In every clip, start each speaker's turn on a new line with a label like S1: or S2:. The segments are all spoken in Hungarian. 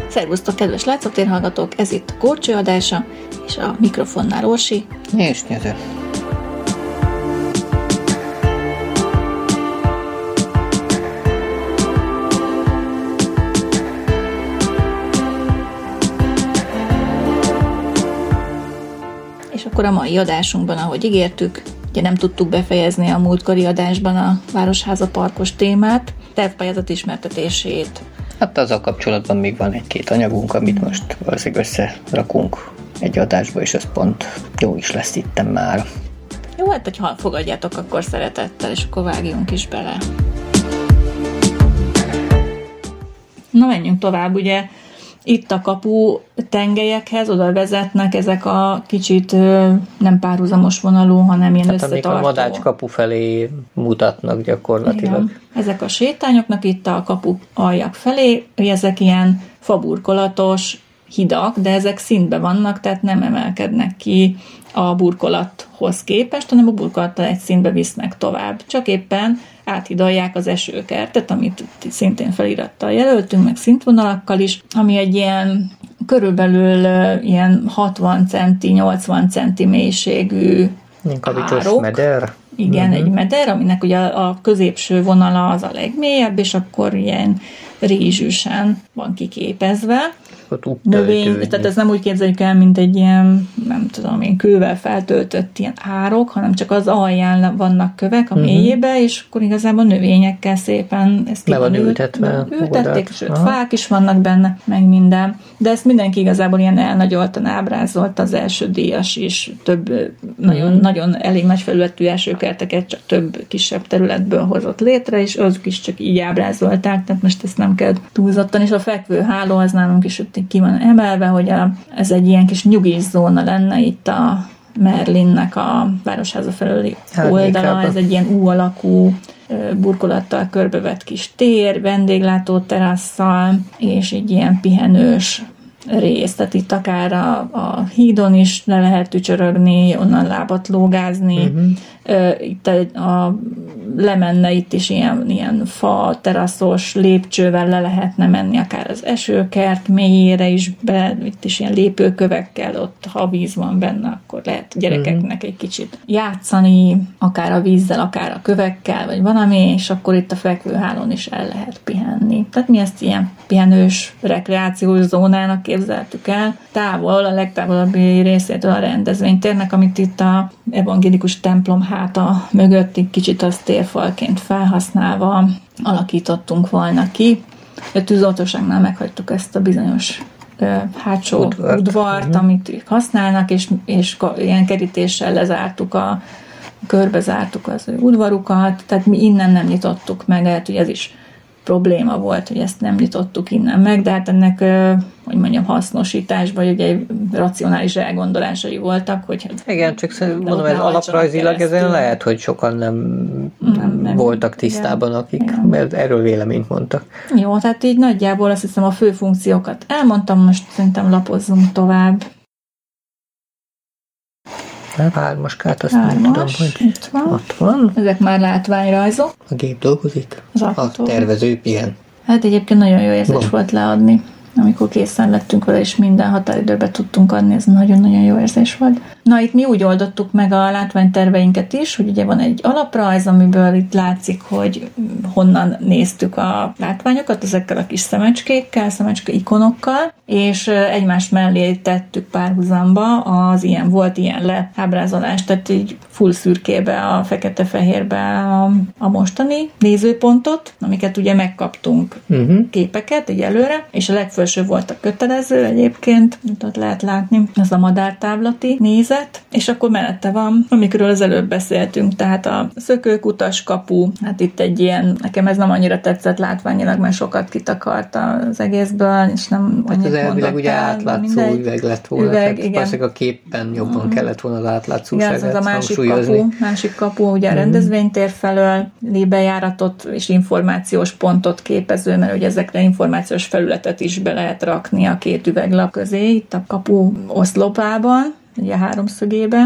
S1: Szervusztok, kedves látszótérhallgatók! Ez itt a Górcső adása, és a mikrofonnál Orsi.
S2: És Nyező.
S1: És akkor a mai adásunkban, ahogy ígértük, ugye nem tudtuk befejezni a múltkori adásban a Városháza parkos témát, tervpályázat ismertetését.
S2: Hát azzal kapcsolatban még van egy-két anyagunk, amit most valószínűleg összerakunk egy adásba, és ez pont jó is lesz itten már.
S1: Jó, hát hogyha fogadjátok, akkor szeretettel, és akkor vágjunk is bele. Na, menjünk tovább, ugye itt a kapu tengelyekhez oda vezetnek ezek a kicsit nem párhuzamos vonalú, hanem ilyen összetartó.
S2: Amik a Madács kapu felé mutatnak gyakorlatilag.
S1: Igen. Ezek a sétányoknak itt a kapu aljak felé, ezek ilyen faburkolatos hidak, de ezek szintben vannak, tehát nem emelkednek ki a burkolathoz képest, hanem a burkolattal egy szintbe visznek tovább. Csak éppen áthidalják az esőkertet, amit szintén felirattal jelöltünk, meg szintvonalakkal is, ami egy ilyen körülbelül ilyen 60 centi, 80 centi mélységű árok.
S2: Meder.
S1: Igen, egy meder, aminek ugye a középső vonala az a legmélyebb, és akkor ilyen rizsűsen van kiképezve. Növény, tehát ez nem úgy képzeljük el, mint egy ilyen, nem tudom én, kővel feltöltött ilyen árok, hanem csak az alján vannak kövek a mélyébe, és akkor igazából növényekkel szépen ezt ki van ültették, sőt, fák is vannak benne, meg minden. De ezt mindenki igazából ilyen elnagyoltan ábrázolt, az első díjas is több, nagyon elég nagy felületű esőkerteket csak több kisebb területből hozott létre, és azok is csak így ábrázolták, tehát most ezt nem kell túlzottan, és a fekvőháló az nálunk is ki van emelve, hogy ez egy ilyen kis nyugis zóna lenne itt a Merlinnek a Városháza felüli oldala, ez egy ilyen U-alakú burkolattal körbevett kis tér, vendéglátó terasszal, és egy ilyen pihenős rész, tehát itt akár a hídon is le lehet tücsörögni, onnan lábat lógázni, itt lemenne itt is ilyen fa, teraszos lépcsővel le lehetne menni, akár az esőkert mélyére is be, itt is ilyen lépőkövekkel, ott ha víz van benne, akkor lehet gyerekeknek egy kicsit játszani, akár a vízzel, akár a kövekkel, vagy valami, és akkor itt a fekvőhálón is el lehet pihenni. Tehát mi ezt ilyen pihenős, rekreációs zónának képzeltük el, távol, a legtávolabbi részétől a rendezvénytérnek, amit itt a evangélikus templom háta mögött egy kicsit az térfalként felhasználva alakítottunk volna ki. A tűzoltóságnál meghagytuk ezt a bizonyos hátsó udvart, amit használnak, és ilyen kerítéssel lezártuk körbezártuk az ő udvarukat, tehát mi innen nem nyitottuk meg, lehet, hogy ez is probléma volt, hogy ezt nem nyitottuk innen meg, de hát ennek, hogy mondjam, hasznosításban ugye racionális elgondolásai voltak, hogy hát
S2: igen, csak mondom, ez alaprajzilag ezen lehet, hogy sokan nem voltak tisztában, akik mert erről véleményt mondtak.
S1: Jó, tehát így nagyjából azt hiszem a fő funkciókat elmondtam, most szerintem lapozzunk tovább.
S2: Hármaskát, azt nem tudom, hogy ott van.
S1: Ezek már látványrajzok.
S2: A gép dolgozik. A tervező pihen.
S1: Hát egyébként nagyon jó érzés volt leadni. Amikor készen lettünk vele, és minden határidőbe tudtunk adni, ez nagyon-nagyon jó érzés volt. Na, itt mi úgy oldottuk meg a látványterveinket is, hogy ugye van egy alaprajz, amiből itt látszik, hogy honnan néztük a látványokat, ezekkel a kis szemecske ikonokkal, és egymás mellé tettük párhuzamba az volt ilyen leábrázolás, tehát így full szürkébe, a fekete-fehérbe a mostani nézőpontot, amiket ugye megkaptunk képeket egy előre, és a legfelső volt a kötelező egyébként, mint ott lehet látni, az a madártávlati nézet, és akkor mellette van, amikről az előbb beszéltünk, tehát a szökőkutas kapu, hát itt egy ilyen, nekem ez nem annyira tetszett látványilag, mert sokat kitakart az egészből, és nem
S2: hát az elvileg ugye átlátszó üveg lett volna, tehát a képen jobban kellett volna az átlátszóságát.
S1: Igen, ez a másik kapu, ugye a rendezvénytér felől bejáratot és információs pontot képező, mert ugye ezekre információs felületet is be lehet rakni a két üveglap közé, itt a kapu oszlopában, ugye a háromszögében,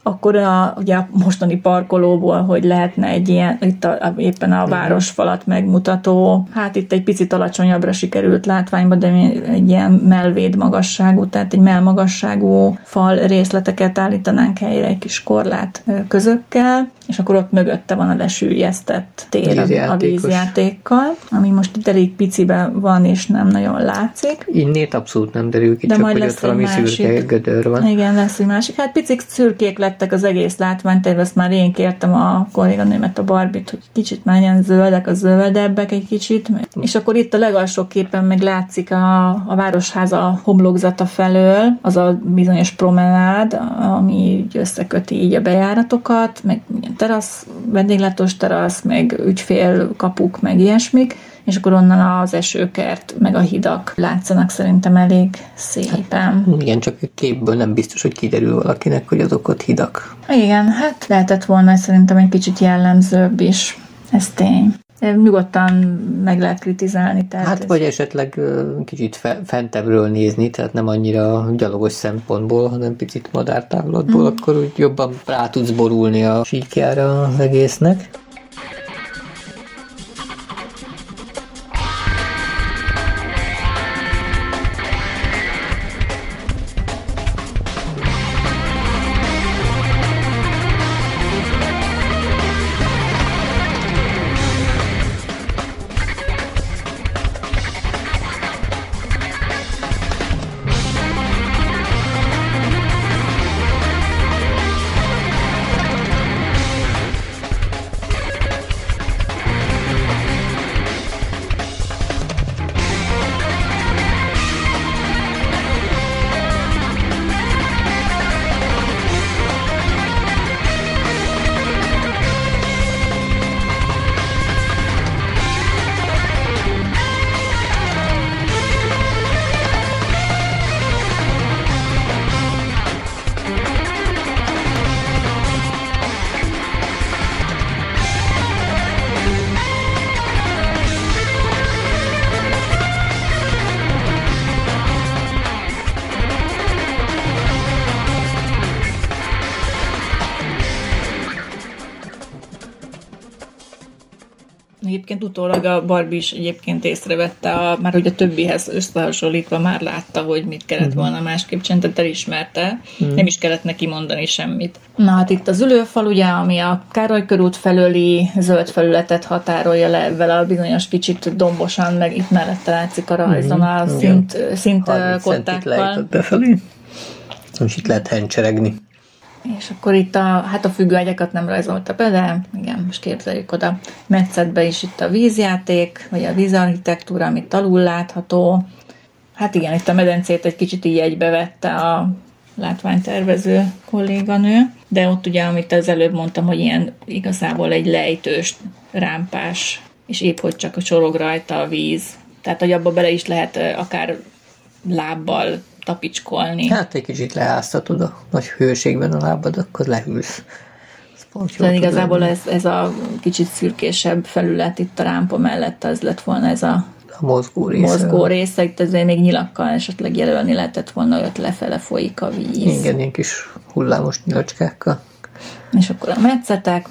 S1: akkor ugye a mostani parkolóból, hogy lehetne egy ilyen, itt éppen a városfalat megmutató, hát itt egy picit alacsonyabbra sikerült látványba, de egy ilyen mellvéd magasságú, tehát egy mellmagasságú fal részleteket állítanánk helyre egy kis korlát közökkel, és akkor ott mögötte van a lesüllyesztett tér a vízjátékkal, ami most itt elég piciben van, és nem nagyon látszik.
S2: Innét abszolút nem derül ki, de csak hogy ott valami szürke gödör van.
S1: Igen, lesz egy másik. Hát picik szürkék lettek az egész látványterv, ezt már én kértem a kolléganőmet, a Barbit, hogy kicsit menjen zöldek, a zöldebbek egy kicsit. És akkor itt a legalsó képen meg látszik a városháza homlokzata felől, az a bizonyos promenád, ami így összeköti így a bejáratokat, meg terasz, vendéglátos terasz, meg ügyfélkapuk, meg ilyesmik, és akkor onnan az esőkert, meg a hidak látszanak szerintem elég szépen.
S2: Hát, igen, csak a képből nem biztos, hogy kiderül valakinek, hogy azok ott hidak.
S1: Igen, hát lehetett volna szerintem egy kicsit jellemzőbb is. Ez tény. Nyugodtan meg lehet kritizálni. Tehát
S2: hát vagy esetleg kicsit fentebbről nézni, tehát nem annyira gyalogos szempontból, hanem picit madártávlatból, akkor úgy jobban rá tudsz borulni a síkjára az egésznek.
S1: Egyébként utólag a Barbie is egyébként észrevette, már hogy a többihez összehasonlítva már látta, hogy mit kellett volna másképp csinálni, tehát elismerte, nem is kellett neki mondani semmit. Na hát itt az ülőfal, ugye, ami a Károly körút felőli zöld felületet határolja le vele a bizonyos kicsit dombosan, meg itt mellette látszik a rajzon a szint kottákkal.
S2: Befelé. És itt lehet hencseregni.
S1: És akkor itt a függőágyakat nem rajzolta be, de igen, most képzeljük oda. Metszetbe is itt a vízjáték, vagy a vízarchitektúra, amit alul látható. Hát igen, itt a medencét egy kicsit így egybevette a látványtervező kolléganő, de ott ugye, amit az előbb mondtam, hogy ilyen igazából egy lejtős, rámpás, és épp hogy csak csorog rajta a víz. Tehát, hogy abba bele is lehet akár lábbal tapicskolni.
S2: Hát egy kicsit leáztatod a nagy hőségben a lábad, akkor lehűlsz.
S1: Szóval igazából ez a kicsit szürkésebb felület itt a rámpa mellett, az lett volna ez a mozgó része. Itt azért még nyilakkal esetleg jelölni lehetett volna, hogy ott lefele folyik a víz.
S2: Igen, ilyen kis hullámos nyilacskákkal.
S1: És akkor a metszetek,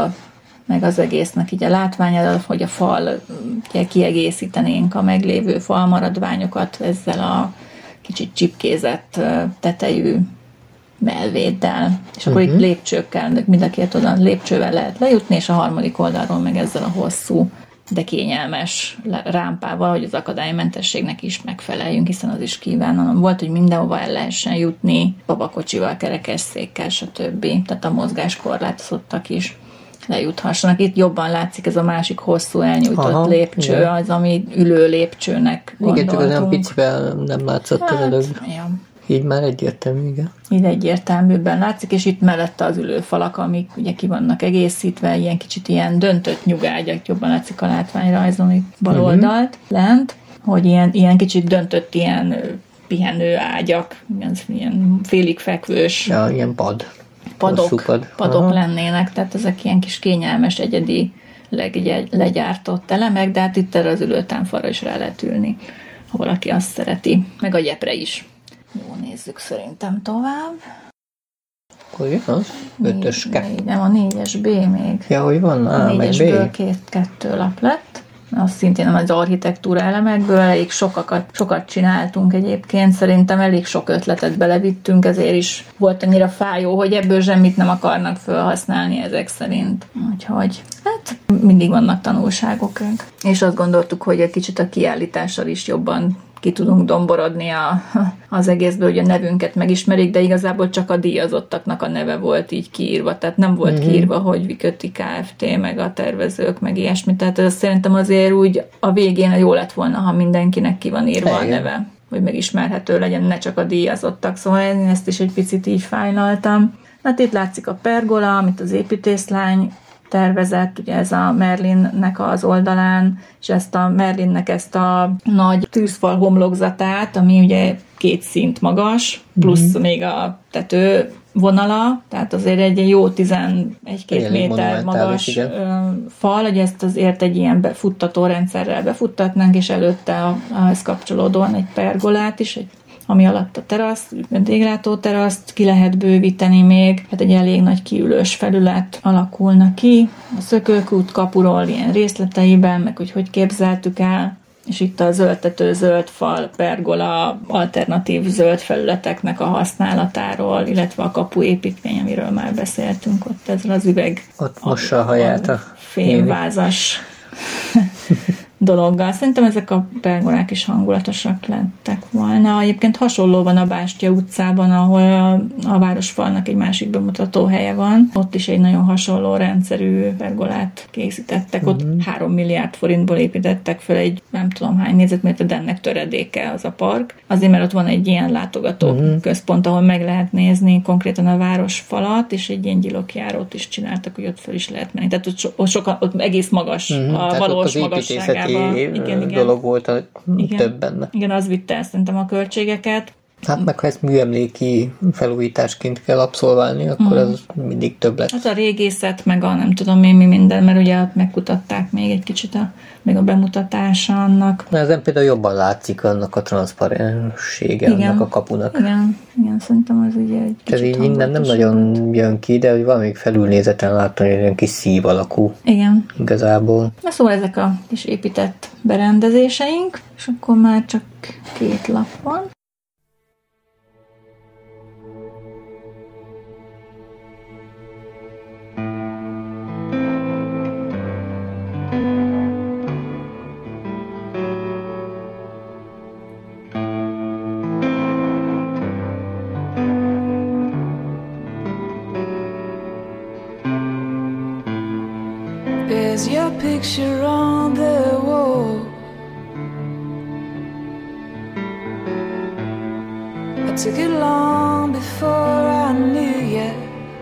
S1: meg az egésznek így a látványára, hogy a fal kiegészítenénk a meglévő falmaradványokat ezzel a kicsit csipkézett tetejű mellvéddel. És akkor itt lépcsőkkel, mind a két oldalon lépcsővel lehet lejutni, és a harmadik oldalról meg ezzel a hosszú, de kényelmes rámpával, hogy az akadálymentességnek is megfeleljünk, hiszen az is kívánalom volt, hogy mindenhova el lehessen jutni, babakocsival, kerekesszékkel, stb. Tehát a mozgáskorlátozottak is lejuthassanak. Itt jobban látszik ez a másik hosszú elnyújtott lépcső, igen. Az, ami ülő lépcsőnek gondoltunk.
S2: Igen, csak az olyan picivel nem látszott az előbb.
S1: Ja.
S2: Így már egyértelmű, igen.
S1: Így egyértelműbben látszik, és itt mellette az ülőfalak, amik ugye ki vannak egészítve, ilyen kicsit ilyen döntött nyugágyak, jobban látszik a látványrajzon itt bal oldalt lent, hogy ilyen kicsit döntött ilyen pihenő ágyak, ilyen félig fekvős.
S2: Ja, ilyen padok
S1: lennének, tehát ezek ilyen kis kényelmes, egyedi, legyártott elemek, de hát itt erre az ülőtámfalra is rá lehet ülni, ha valaki azt szereti, meg a gyepre is. Jó, nézzük szerintem tovább.
S2: Hogy az? 5-ös
S1: Nem, a 4-es B még.
S2: Ja, hogy van?
S1: A 4-esből 2 lap lett. Az szintén az architektúra elemekből elég sokat csináltunk egyébként. Szerintem elég sok ötletet belevittünk, ezért is volt annyira fájó, hogy ebből semmit nem akarnak felhasználni ezek szerint. Úgyhogy hát mindig vannak tanulságok. És azt gondoltuk, hogy egy kicsit a kiállítással is jobban ki tudunk domborodni az egészből, hogy a nevünket megismerik, de igazából csak a díjazottaknak a neve volt így kiírva, tehát nem volt kiírva, hogy Viköti Kft., meg a tervezők, meg ilyesmi, tehát ez szerintem azért úgy a végén jó lett volna, ha mindenkinek ki van írva a neve, hogy megismerhető legyen, ne csak a díjazottak, szóval én ezt is egy picit így fájlaltam. Hát itt látszik a pergola, amit az építészlány tervezett, ugye ez a Merlinnek az oldalán, és ezt a Merlinnek ezt a nagy tűzfal homlokzatát, ami ugye 2 szint magas, plusz még a tető vonala, tehát azért egy jó 11-2 méter magas fal, hogy ezt azért egy ilyen befuttató rendszerrel befuttatnánk, és előtte ehhez kapcsolódóan egy pergolát is, ami alatt a terasz, vendéglátó teraszt ki lehet bővíteni még, hát egy elég nagy kiülős felület alakulna ki, a Szökőkút kapuról ilyen részleteiben, meg hogy képzeltük el, és itt a zöldtető, zöld fal, pergola, alternatív zöld felületeknek a használatáról, illetve a kapuépítmény, amiről már beszéltünk ott ezzel az üveg.
S2: Ott mossa a haját a
S1: fényvázas dologgal. Szerintem ezek a pergolák is hangulatosak lettek volna. Egyébként hasonló van a Bástya utcában, ahol a városfalnak egy másik bemutató helye van. Ott is egy nagyon hasonló rendszerű pergolát készítettek. Ott 3 milliárd forintból építettek fel egy nem tudom hány négyzetméter, de ennek töredéke az a park. Azért, mert ott van egy ilyen látogató központ, ahol meg lehet nézni konkrétan a városfalat, és egy ilyen gyilokjárót is csináltak, hogy ott fel is lehet menni. Tehát ott egész magas a valós magasságában. Igen.
S2: Dolog volt több benne.
S1: Igen, az vitte el szerintem a költségeket.
S2: Hát meg ha ezt műemléki felújításként kell abszolválni, akkor az mindig több lesz.
S1: Hát a régészet, meg a nem tudom én mi minden, mert ugye megkutatták még egy kicsit még a bemutatása annak.
S2: Ezen például jobban látszik annak a transzparenssége, annak a kapunak.
S1: Igen, szerintem az ugye egy kicsit.
S2: Ez így innen nem nagyon jön ki, de hogy valamelyik felülnézeten láttam, hogy olyan kis szív alakú.
S1: Igen.
S2: Igazából.
S1: Na szóval ezek a kis épített berendezéseink, és akkor már csak 2 lap van.
S3: There's your picture on the wall. I took it long before I knew you.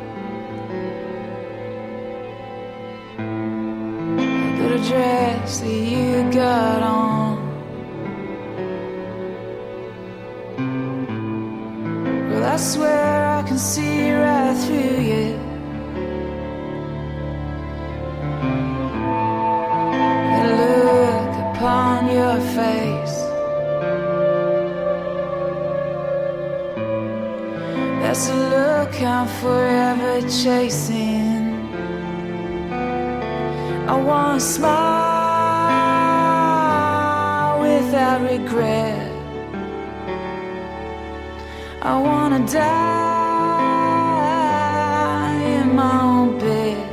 S3: The dress that you got on. Well, I swear I can see right through you. Upon your face, that's a look I'm forever chasing. I wanna smile without regret. I wanna die in my own bed.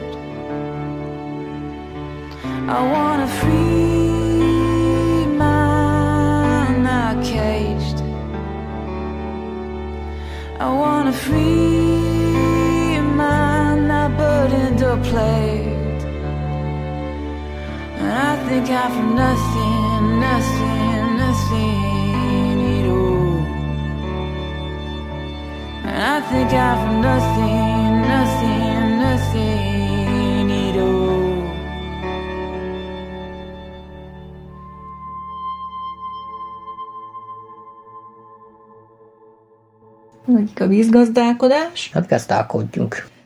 S3: I wanna free I wanna free mind, not burdened or plagued. And I think I'm from nothing at all. And I think I'm from nothing at all.
S1: Egyik a vízgazdálkodás.
S2: Hát gazdálkodjunk.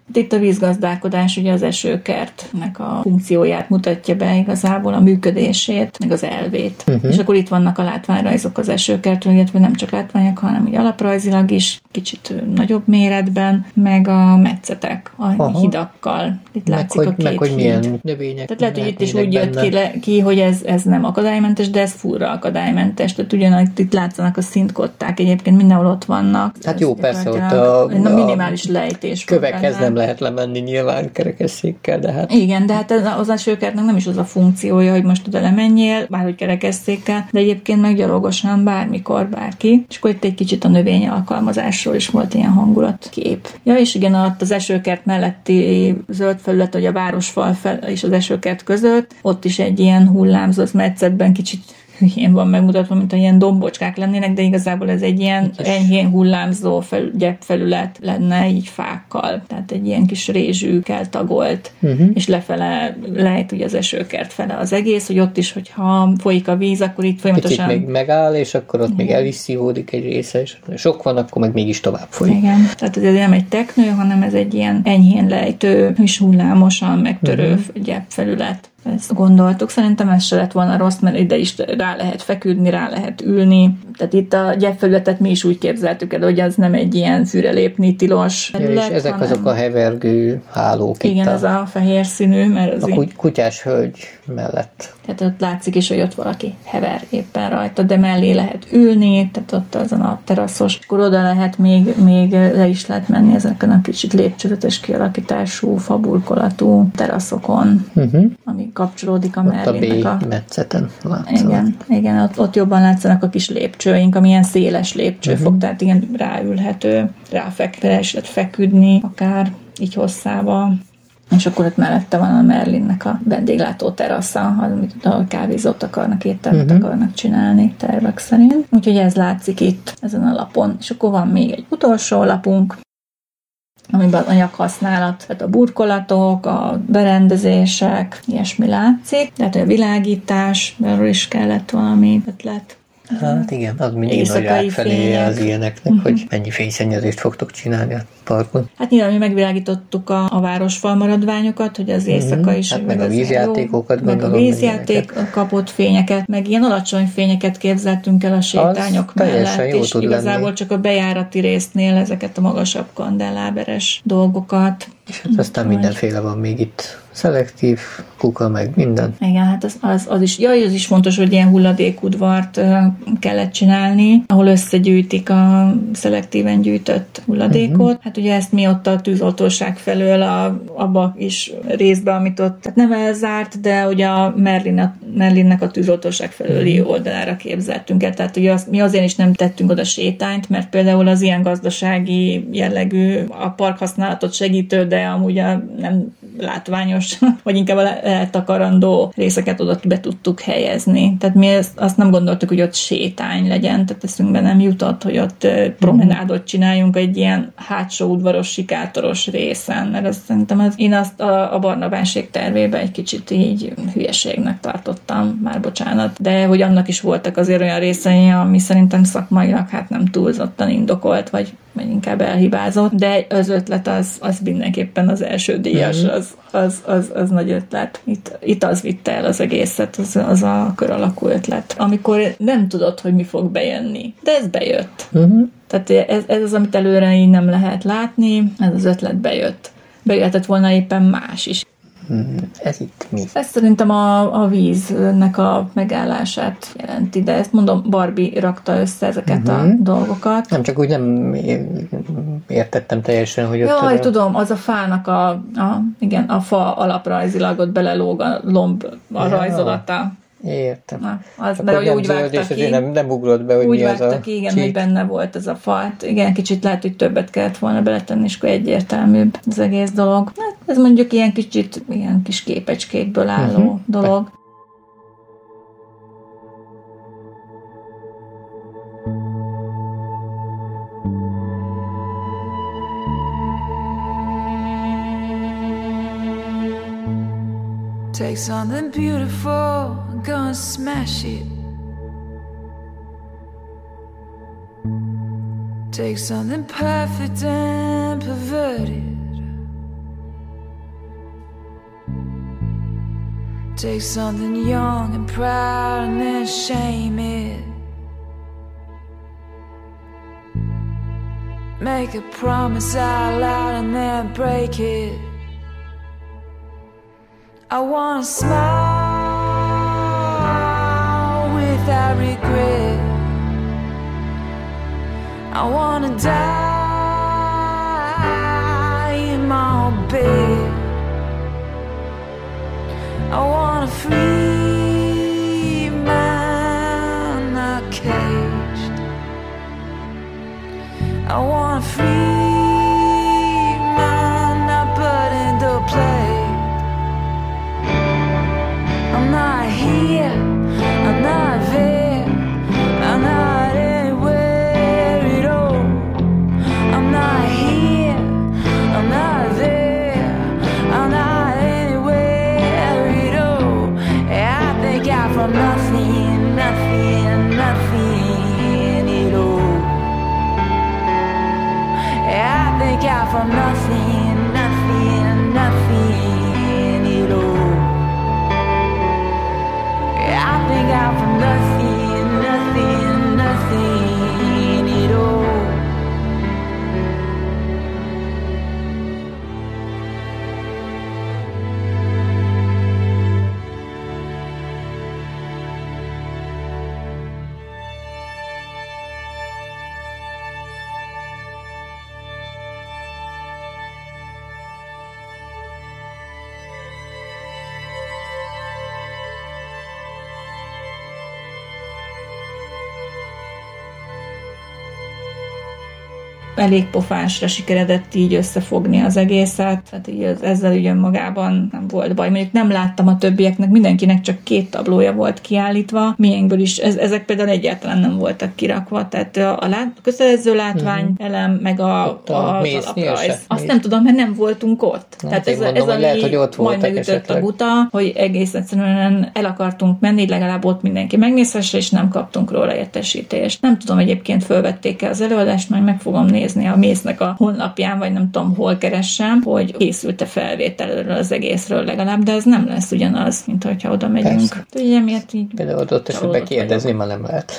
S1: Itt a vízgazdálkodás ugye az esőkertnek a funkcióját mutatja be igazából, a működését, meg az elvét. És akkor itt vannak a látványrajzok az esőkertről, illetve nem csak látványok, hanem így alaprajzilag is, kicsit nagyobb méretben, meg a metszetek a hidakkal. Itt látszik a két
S2: hogy milyen növények.
S1: Tehát lehet, hogy itt is úgy jött ki, hogy ez nem akadálymentes, de ez furra akadálymentes. Tehát ugyanúgy itt látszanak a szintkották, egyébként mindenhol ott vannak.
S2: Hát jó, persze ott a
S1: minimális lejtés.
S2: Kövekhez nem lehet lemenni nyilván kerekesszékkel, de hát...
S1: Igen, de hát az esőkertnek nem is az a funkciója, hogy most oda lemenjél, bárhogy kerekesszékkel, de egyébként meg gyalogosan bármikor, bárki. És akkor itt egy kicsit a növény alkalmazásról is volt ilyen hangulatkép. Ja, és igen, ott az esőkert melletti zöld felület, hogy a városfal és az esőkert között, ott is egy ilyen hullámzott metszetben kicsit hülyén van megmutatva, mint ilyen dombocskák lennének, de igazából ez egy ilyen enyhén hullámzó gyepfelület lenne így fákkal. Tehát egy ilyen kis rézsűkkel tagolt, és lefele lejt ugye az esőkert fele az egész, hogy ott is, hogyha folyik a víz, akkor itt folyamatosan...
S2: Kicsit még megáll, és akkor ott még el is szívódik egy része, és sok van, akkor meg mégis tovább folyik.
S1: Igen, tehát ez nem egy teknő, hanem ez egy ilyen enyhén lejtő, és hullámosan megtörő gyepfelület. Ezt gondoltuk. Szerintem ez se lett volna rossz, mert ide is rá lehet feküdni, rá lehet ülni. Tehát itt a gyepfelületet mi is úgy képzeltük el, hogy az nem egy ilyen fűre lépni tilos terület,
S2: és ezek azok a hevergő hálók.
S1: Igen, ez a fehér színű, mert az
S2: kutyás hölgy mellett.
S1: Tehát ott látszik is, hogy ott valaki hever éppen rajta, de mellé lehet ülni, tehát ott azon a teraszos, akkor oda lehet még le is lehet menni ezeken a kicsit lépcsőzetes kialakítású, faburkolatú teraszokon, ami kapcsolódik a Merlinnek
S2: a metszeten látszanak.
S1: Igen, ott jobban látszanak a kis lépcsőink, ami ilyen széles lépcsőfok, tehát igen, ráülhető, lehet feküdni, akár így hosszába. És akkor ott mellette van a Merlinnek a vendéglátó terasza, amit a kávézót akarnak, éttermet akarnak csinálni tervek szerint. Úgyhogy ez látszik itt ezen a lapon. És akkor van még egy utolsó lapunk, amiben anyaghasználat, tehát a burkolatok, a berendezések, ilyesmi látszik. Tehát a világítás, arról is kellett valami ötlet.
S2: Hát igen, az mindig nagy rákfelé az ilyeneknek, hogy mennyi fényszennyezést fogtok csinálni a parkon.
S1: Hát nyilván mi megvilágítottuk a városfal maradványokat, hogy az éjszaka is.
S2: Hát meg a vízjátékokat gondolom.
S1: Meg a vízjáték kapott fényeket, meg ilyen alacsony fényeket képzeltünk el a sétányok mellett, és igazából lenni. Csak a bejárati résznél ezeket a magasabb kandelláberes dolgokat.
S2: És hát aztán mindenféle van még itt. Szelektív, kuka, meg minden.
S1: Igen, hát az is fontos, hogy ilyen hulladékudvart kellett csinálni, ahol összegyűjtik a szelektíven gyűjtött hulladékot. Hát ugye ezt mi ott a tűzoltóság felől abba is részbe, amit ott tehát nem elzárt, de ugye a Merlinnek a tűzoltóság felőli oldalára képzeltünk el. Tehát ugye mi azért is nem tettünk oda sétányt, mert például az ilyen gazdasági jellegű, a parkhasználatot segítő, de amúgy nem látványos, vagy inkább a eltakarandó részeket oda be tudtuk helyezni. Tehát mi azt nem gondoltuk, hogy ott sétány legyen, tehát eszünkbe nem jutott, hogy ott promenádot csináljunk egy ilyen hátsó udvaros, sikátoros részen, mert én azt a Barnabáség tervében egy kicsit így hülyeségnek tartottam, már bocsánat, de hogy annak is voltak azért olyan részei, ami szerintem szakmailag hát nem túlzottan indokolt, vagy inkább elhibázott, de az ötlet az mindenképpen az első díjas, az nagy ötlet. Itt az vitte el az egészet, az a kör alakú ötlet. Amikor nem tudod, hogy mi fog bejönni, de ez bejött. Tehát ez az, amit előre így nem lehet látni, ez az ötlet bejött. Bejöhetett volna éppen más is.
S2: Ez itt mi?
S1: Ez szerintem a víznek a megállását jelenti, de ezt mondom, Barbie rakta össze ezeket a dolgokat.
S2: Nem, csak úgy nem értettem teljesen, hogy
S1: Jaj, tudom, az a fának igen, a fa alaprajzilag ott belelóg a lomb a rajzolata.
S2: Értem.
S1: Na, mert hogy úgy vágta ki.
S2: Nem ugrott be, hogy
S1: úgy
S2: mi az a
S1: vágta ki, igen, hogy benne volt ez a fa. Igen, kicsit lehet, hogy többet kellett volna beletenni, és akkor egyértelműbb az egész dolog. Hát, ez mondjuk ilyen kis képecskékből álló dolog.
S3: Take something beautiful, go and smash it. Take something perfect and pervert it. Take something young and proud and then shame it. Make a promise out loud and then break it. I wanna smile without regret. I wanna die in my own bed. I want a free man, not caged. I want a free man, not put into play. I'm not here, I'm not there, I'm not anywhere at all. I'm not here, I'm not there, I'm not anywhere at all. I think I'm from nothing, nothing, nothing at all. I think I'm from nothing, nothing, nothing at all. I think I'm from nothing, nothing, nothing at all.
S1: Elég pofásra sikeredett így összefogni az egészet, tehát így ezzel ugye magában nem volt baj. Mondjuk nem láttam a többieknek, mindenkinek csak 2 tablója volt kiállítva, miénkből is, ezek például egyáltalán nem voltak kirakva, tehát a kötelező látvány elem, meg az alaprajz. Azt nem tudom, mert nem voltunk ott. Tehát ez a
S2: lehet, hogy ott
S1: majd megütött a guta, hogy egész egyszerűen el akartunk menni, legalább ott mindenki megnézhesse, és nem kaptunk róla értesítést. Nem tudom, egyébként fölvették-e az előadást, majd meg fogom nézni a mésznek a honlapján, vagy nem tudom, hol keressem, hogy készült-e felvételről az egészről legalább, de ez nem lesz ugyanaz, mint hogyha oda megyünk. Ugye miért így?
S2: Például ott esetben kérdezni, ma nem lehet.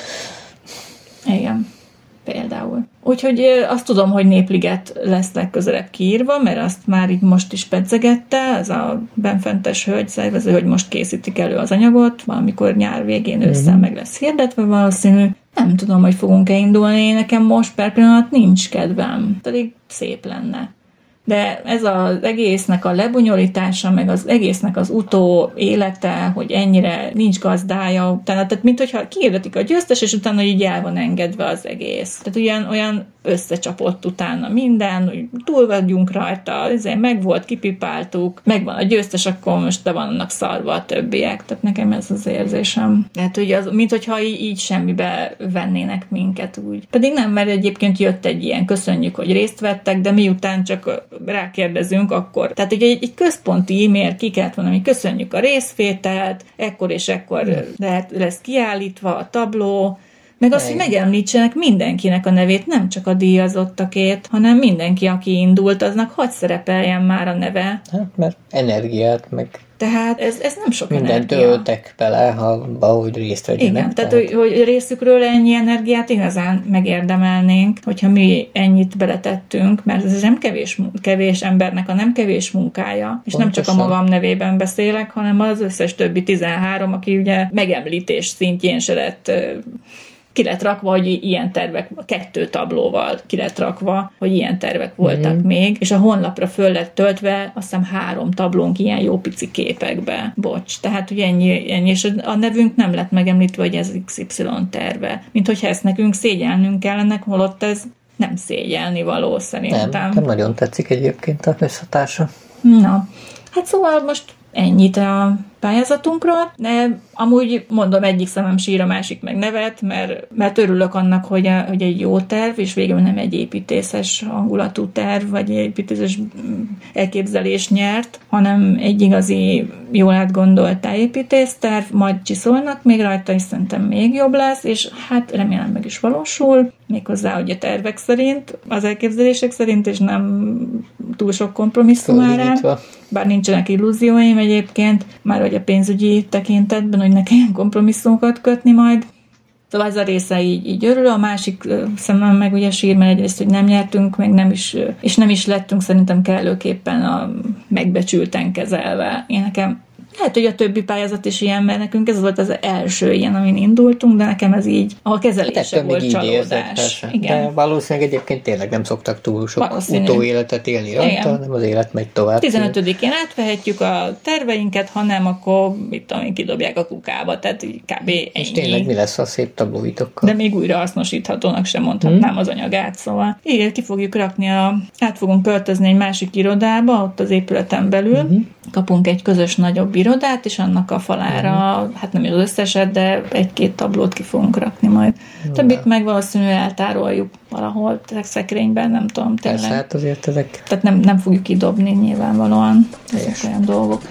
S1: Igen. Például. Úgyhogy azt tudom, hogy Népliget lesz legközelebb kiírva, mert azt már így most is pedzegette, ez a benfentes hölgy szervező, hogy most készítik elő az anyagot, valamikor nyár végén, ősszel meg lesz hirdetve valószínű. Nem tudom, hogy fogunk-e indulni, nekem most per pillanat nincs kedvem, pedig szép lenne. De ez az egésznek a lebonyolítása, meg az egésznek az utó élete, hogy ennyire nincs gazdája, utána, tehát minthogyha kiirdetik a győztes, és utána így el van engedve az egész. Tehát olyan összecsapott utána minden, hogy túl vagyunk rajta, ezért megvolt, kipipáltuk, megvan a győztes, akkor most le vannak szarva a többiek. Tehát nekem ez az érzésem. Tehát ugye minthogyha így semmibe vennének minket úgy. Pedig nem, mert egyébként jött egy ilyen köszönjük, hogy részt vettek, de miután csak rákérdezünk, akkor. Tehát ugye egy központi e-mail ki kellett volna, hogy köszönjük a részvételt, ekkor és ekkor lesz kiállítva a tabló, meg azt, hogy megemlítsenek mindenkinek a nevét, nem csak a díjazottakét, hanem mindenki, aki indult, aznak hadd szerepeljen már a neve.
S2: Hát, mert energiát, meg
S1: tehát ez nem sok
S2: minden
S1: energia.
S2: töltek bele, hogy részt vegyenek.
S1: Igen, tehát hogy részükről ennyi energiát igazán megérdemelnénk, hogyha mi ennyit beletettünk, mert ez nem kevés embernek a nem kevés munkája, és pontosan. Nem csak a magam nevében beszélek, hanem az összes többi 13, aki ugye megemlítés szintjén se lett ki lett rakva, hogy ilyen tervek, 2 tablóval ki lett rakva, hogy ilyen tervek voltak még, és a honlapra föl lett töltve, azt hiszem 3 tablónk ilyen jó pici képekbe. Bocs. Tehát ugye ennyi, és a nevünk nem lett megemlítve, hogy ez XY terve. Mint hogyha ezt nekünk szégyelnünk kellene, holott ez nem szégyelni való szerintem.
S2: Nem nagyon tetszik egyébként a összhatása.
S1: Na, hát szóval most ennyit a pályázatunkról, de amúgy mondom, egyik szemem sír, a másik meg nevet, mert örülök annak, hogy egy jó terv, és végül nem egy építészes hangulatú terv, vagy egy építészes elképzelés nyert, hanem egy igazi, jól átgondolt tájépítészterv, majd csiszolnak még rajta, és szerintem még jobb lesz, és hát remélem meg is valósul, méghozzá, hogy a tervek szerint, az elképzelések szerint, és nem túl sok kompromisszum árán, bár nincsenek illúzióim egyébként, már hogy vagy a pénzügyi tekintetben, hogy ne kelljen kompromisszumokat kötni majd. Szóval ez a része így örül, a másik szemben meg ugye sír, mert egyrészt, hogy nem nyertünk, meg nem is lettünk szerintem kellőképpen megbecsülten kezelve. Én nekem lehet, hogy a többi pályázat is ilyen, mert nekünk ez volt az első ilyen, amin indultunk, de nekem ez így, a kezelése volt csalódás.
S2: Igen. De valószínűleg egyébként tényleg nem szoktak túl sok utóéletet élni rajta, hanem az élet megy tovább.
S1: 15-én átvehetjük a terveinket, ha nem, akkor mit tudom én, kidobják a kukába, tehát kb. Ennyi.
S2: És tényleg mi lesz a szép tablóitokkal?
S1: De még újra hasznosíthatónak sem mondhatnám az anyagát, szóval igen, ki fogjuk rakni, át fogunk költözni egy másik irodába, ott az épületen belül, kapunk egy közös nagyobb irodát, és annak a falára, hát nem az összeset, de egy-két tablót ki fogunk rakni majd. Többit meg valószínűleg eltároljuk valahol, szekrényben, nem tudom, tényleg.
S2: Persze, hát azért ezek...
S1: Tehát nem fogjuk kidobni nyilvánvalóan ezek olyan dolgok.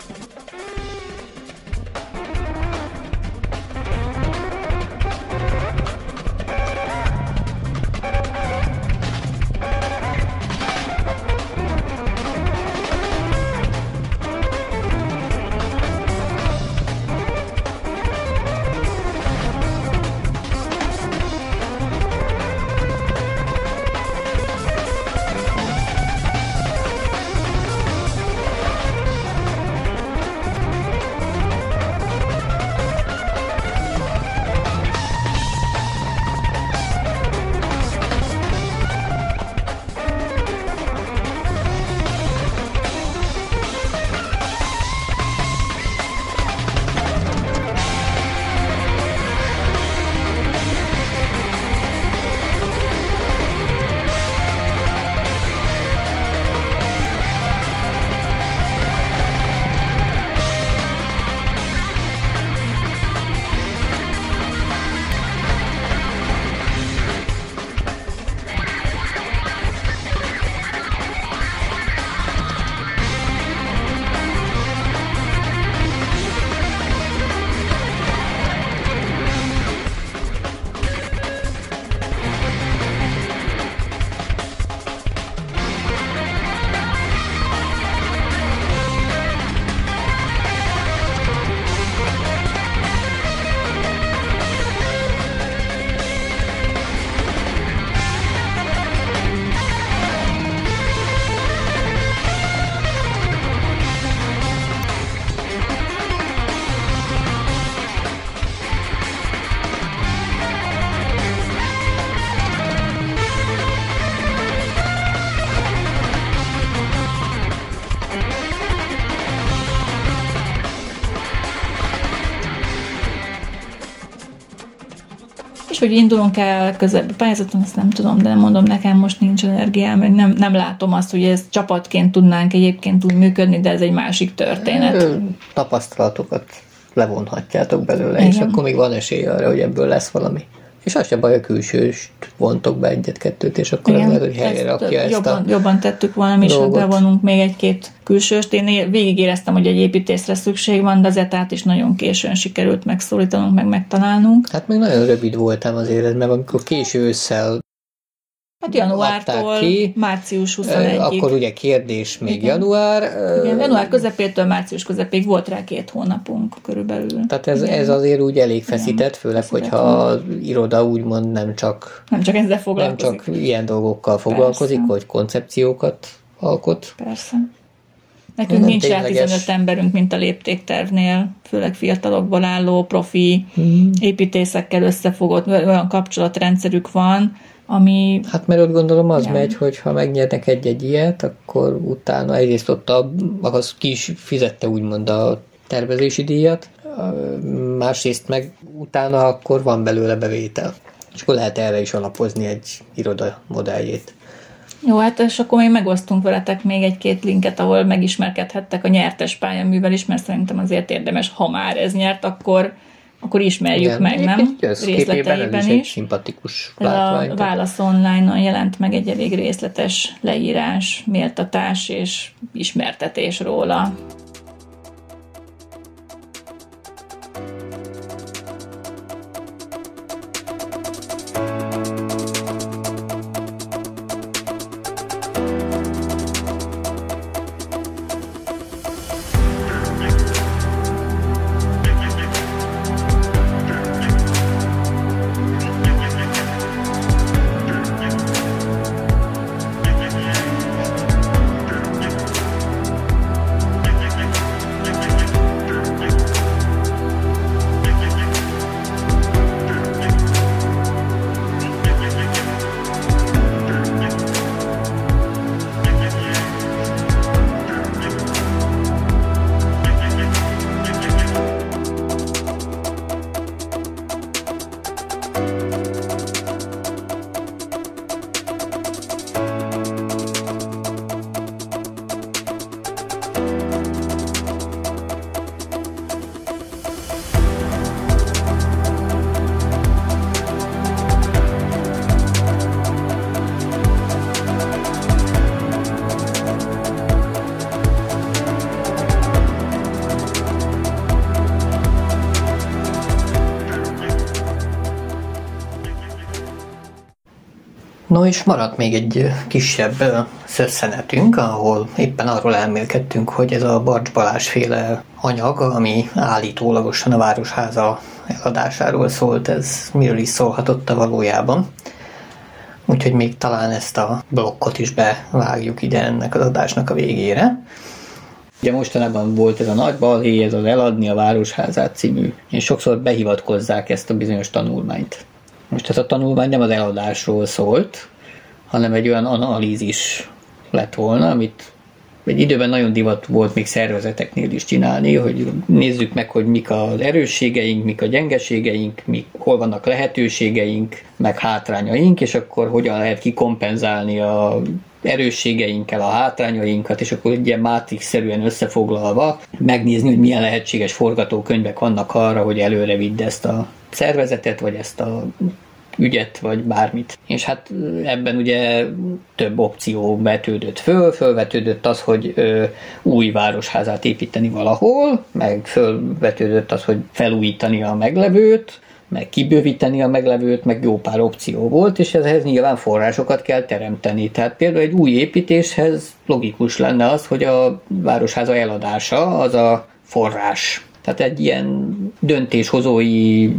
S1: Hogy indulunk el közebbi pályázaton, ezt nem tudom, de nem mondom, nekem most nincs energiám, meg nem látom azt, hogy ezt csapatként tudnánk egyébként úgy működni, de ez egy másik történet.
S2: Tapasztalatokat levonhatjátok belőle, és akkor még van esély arra, hogy ebből lesz valami. És az se baj, a külsőst vontok be egyet-kettőt, és akkor az lehet, hogy helyre rakja ezt
S1: jobban tettük volna, mi is, hogy bevonunk még egy-két külsőst. Én végig éreztem, hogy egy építészre szükség van, de az etát is nagyon későn sikerült megszólítanunk, meg megtalálnunk.
S2: Hát még nagyon rövid voltam azért, mert amikor késő ősszel
S1: hát januártól március 21-ig.
S2: Akkor ugye kérdés még január.
S1: Igen, január közepétől március közepéig volt rá 2 hónapunk körülbelül.
S2: Tehát ez azért úgy elég feszített, főleg, hogyha az iroda úgymond nem csak
S1: ezzel foglalkozik.
S2: Nem csak ilyen dolgokkal foglalkozik,
S1: Persze.
S2: hogy koncepciókat alkot.
S1: Persze. Nekünk nincs rá 15 emberünk, mint a léptéktervnél, főleg fiatalokból álló profi építészekkel összefogott, olyan kapcsolatrendszerük van, ami...
S2: Hát mert ott gondolom az megy, hogy ha megnyernek egy-egy ilyet, akkor utána egyrészt ott az ki is fizette úgymond a tervezési díjat, másrészt meg utána akkor van belőle bevétel. És akkor lehet erre is alapozni egy iroda modelljét.
S1: Jó, hát és akkor még megosztunk veletek még egy-két linket, ahol megismerkedhettek a nyertes pályaművel is, mert szerintem azért érdemes, ha már ez nyert, akkor ismerjük
S2: igen,
S1: meg, nem?
S2: Részleteiben is. Egy szimpatikus látvány.
S1: A Válasz Online-on jelent meg egy elég részletes leírás, méltatás és ismertetés róla.
S2: No és maradt még egy kisebb szösszenetünk, ahol éppen arról elmélkedtünk, hogy ez a Barcs Balázs-féle anyag, ami állítólagosan a Városháza eladásáról szólt, ez miről is szólhatott a valójában. Úgyhogy még talán ezt a blokkot is bevágjuk ide ennek az adásnak a végére. Ugye mostanában volt ez a nagy balhé, ez az Eladni a Városházát című, és sokszor behivatkozzák ezt a bizonyos tanulmányt. Most ez a tanulmány nem az eladásról szólt, hanem egy olyan analízis lett volna, amit egy időben nagyon divat volt még szervezeteknél is csinálni, hogy nézzük meg, hogy mik az erősségeink, mik a gyengeségeink, hol vannak lehetőségeink, meg hátrányaink, és akkor hogyan lehet kikompenzálni a erősségeinkkel a hátrányainkat, és akkor egy ilyen mátrix-szerűen összefoglalva megnézni, hogy milyen lehetséges forgatókönyvek vannak arra, hogy előre vidd ezt a szervezetet, vagy ezt a ügyet, vagy bármit. És hát ebben ugye több opció vetődött fölvetődött az, hogy új városházát építeni valahol, meg fölvetődött az, hogy felújítani a meglevőt, meg kibővíteni a meglevőt, meg jó pár opció volt, és ehhez nyilván forrásokat kell teremteni. Tehát például egy új építéshez logikus lenne az, hogy a városháza eladása az a forrás. Tehát egy ilyen döntéshozói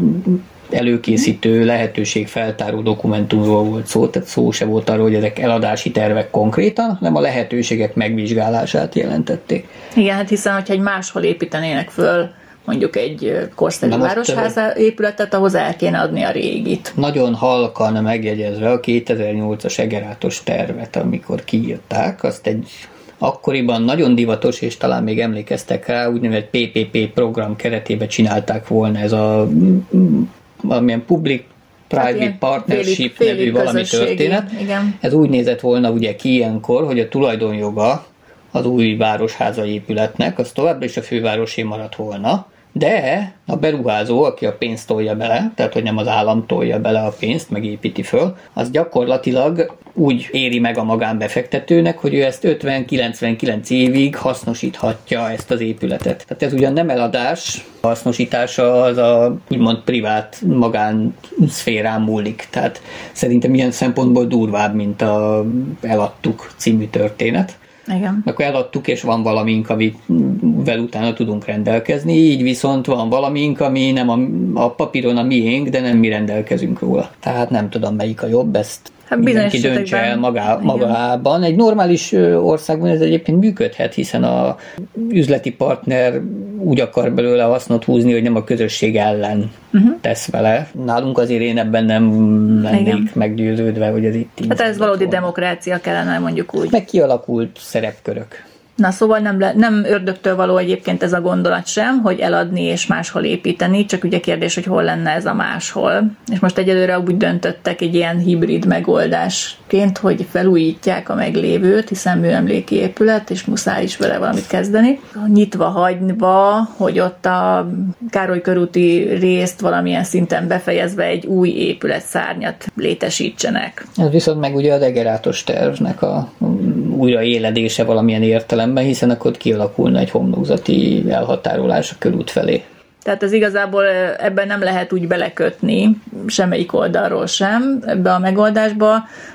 S2: előkészítő, lehetőségfeltáró dokumentumról volt szó, tehát szó se volt arról, hogy ezek eladási tervek konkrétan, hanem a lehetőségek megvizsgálását jelentették.
S1: Igen, hát hiszen, hogyha egy máshol építenének föl mondjuk egy korszerű városháza épületet, ahhoz el kéne adni a régit.
S2: Nagyon halkan megjegyezve a 2008-as egerátos tervet, amikor kiírták, azt egy akkoriban nagyon divatos, és talán még emlékeztek rá, úgynevezett PPP program keretében csinálták volna ez a valamilyen public-private partnership nevű valami történet.
S1: Igen.
S2: Ez úgy nézett volna ugye ki ilyenkor, hogy a tulajdonjoga az új városháza épületnek, az továbbra is a fővárosé maradt volna, de a beruházó, aki a pénzt tolja bele, tehát hogy nem az állam tolja bele a pénzt, megépíti föl, az gyakorlatilag úgy éri meg a magánbefektetőnek, hogy ő ezt 50-99 évig hasznosíthatja ezt az épületet. Tehát ez ugyan nem eladás, a hasznosítása az a úgymond privát magánszférán múlik. Tehát szerintem ilyen szempontból durvább, mint a Eladtuk című történet.
S1: Igen.
S2: Akkor eladtuk, és van valamink, amivel utána tudunk rendelkezni, így viszont van valamink, ami nem a papíron a miénk, de nem mi rendelkezünk róla. Tehát nem tudom, melyik a jobb, ezt mindenki döntse el magában. Egy normális országban ez egyébként működhet, hiszen a üzleti partner úgy akar belőle hasznot húzni, hogy nem a közösség ellen tesz vele. Nálunk azért én ebben nem lennék meggyőződve, hogy ez itt így.
S1: Hát ez valódi demokrácia kellene, mondjuk úgy.
S2: Meg kialakult szerepkörök.
S1: Na szóval nem ördögtől való egyébként ez a gondolat sem, hogy eladni és máshol építeni, csak ugye kérdés, hogy hol lenne ez a máshol. És most egyelőre úgy döntöttek egy ilyen hibrid megoldásként, hogy felújítják a meglévőt, hiszen műemléki épület, és muszáj is vele valamit kezdeni. Nyitva hagyva, hogy ott a Károly körúti részt valamilyen szinten befejezve egy új épületszárnyat létesítsenek.
S2: Ez viszont meg ugye az egerátos tervnek a újraéledése valamilyen értelemben, hiszen akkor kialakulna egy homlokzati elhatárolás a körút felé.
S1: Tehát ez igazából ebben nem lehet úgy belekötni, semmelyik oldalról sem ebbe a megoldásba.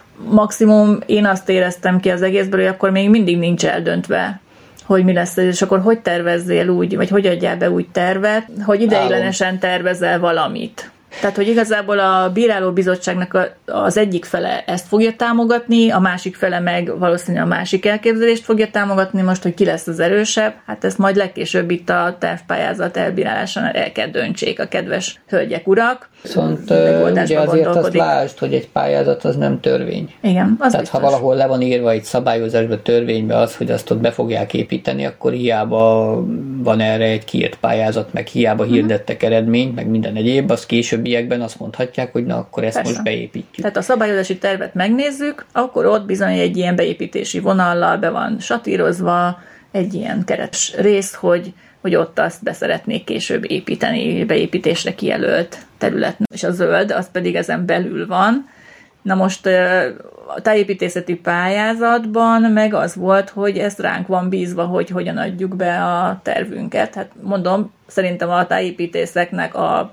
S1: Maximum én azt éreztem ki az egészből, hogy akkor még mindig nincs eldöntve, hogy mi lesz, és akkor hogy tervezzél úgy, vagy hogy adjál be úgy tervet, hogy ideiglenesen tervezel valamit. Tehát, hogy igazából a bírálóbizottságnak az egyik fele ezt fogja támogatni, a másik fele meg valószínűleg a másik elképzelést fogja támogatni, most, hogy ki lesz az erősebb, hát ezt majd legkésőbb itt a tervpályázat elbírálásán el kell döntsék a kedves hölgyek, urak.
S2: Viszont ugye azért azt lásd, hogy egy pályázat az nem törvény.
S1: Igen, az
S2: tehát
S1: biztos.
S2: Ha valahol le van írva egy szabályozásba, törvénybe az, hogy azt ott be fogják építeni, akkor hiába van erre egy kiírt pályázat, meg hiába hirdettek eredményt, meg minden egyéb, az később későbbiekben azt mondhatják, hogy na, akkor ezt most beépítjük.
S1: Tehát a szabályozási tervet megnézzük, akkor ott bizony egy ilyen beépítési vonallal be van satírozva egy ilyen keretes rész, hogy ott azt be szeretnék később építeni, beépítésre kijelölt terület, és a zöld, az pedig ezen belül van. Na most a tájépítészeti pályázatban meg az volt, hogy ez ránk van bízva, hogy hogyan adjuk be a tervünket. Hát mondom, szerintem a tájépítészeknek a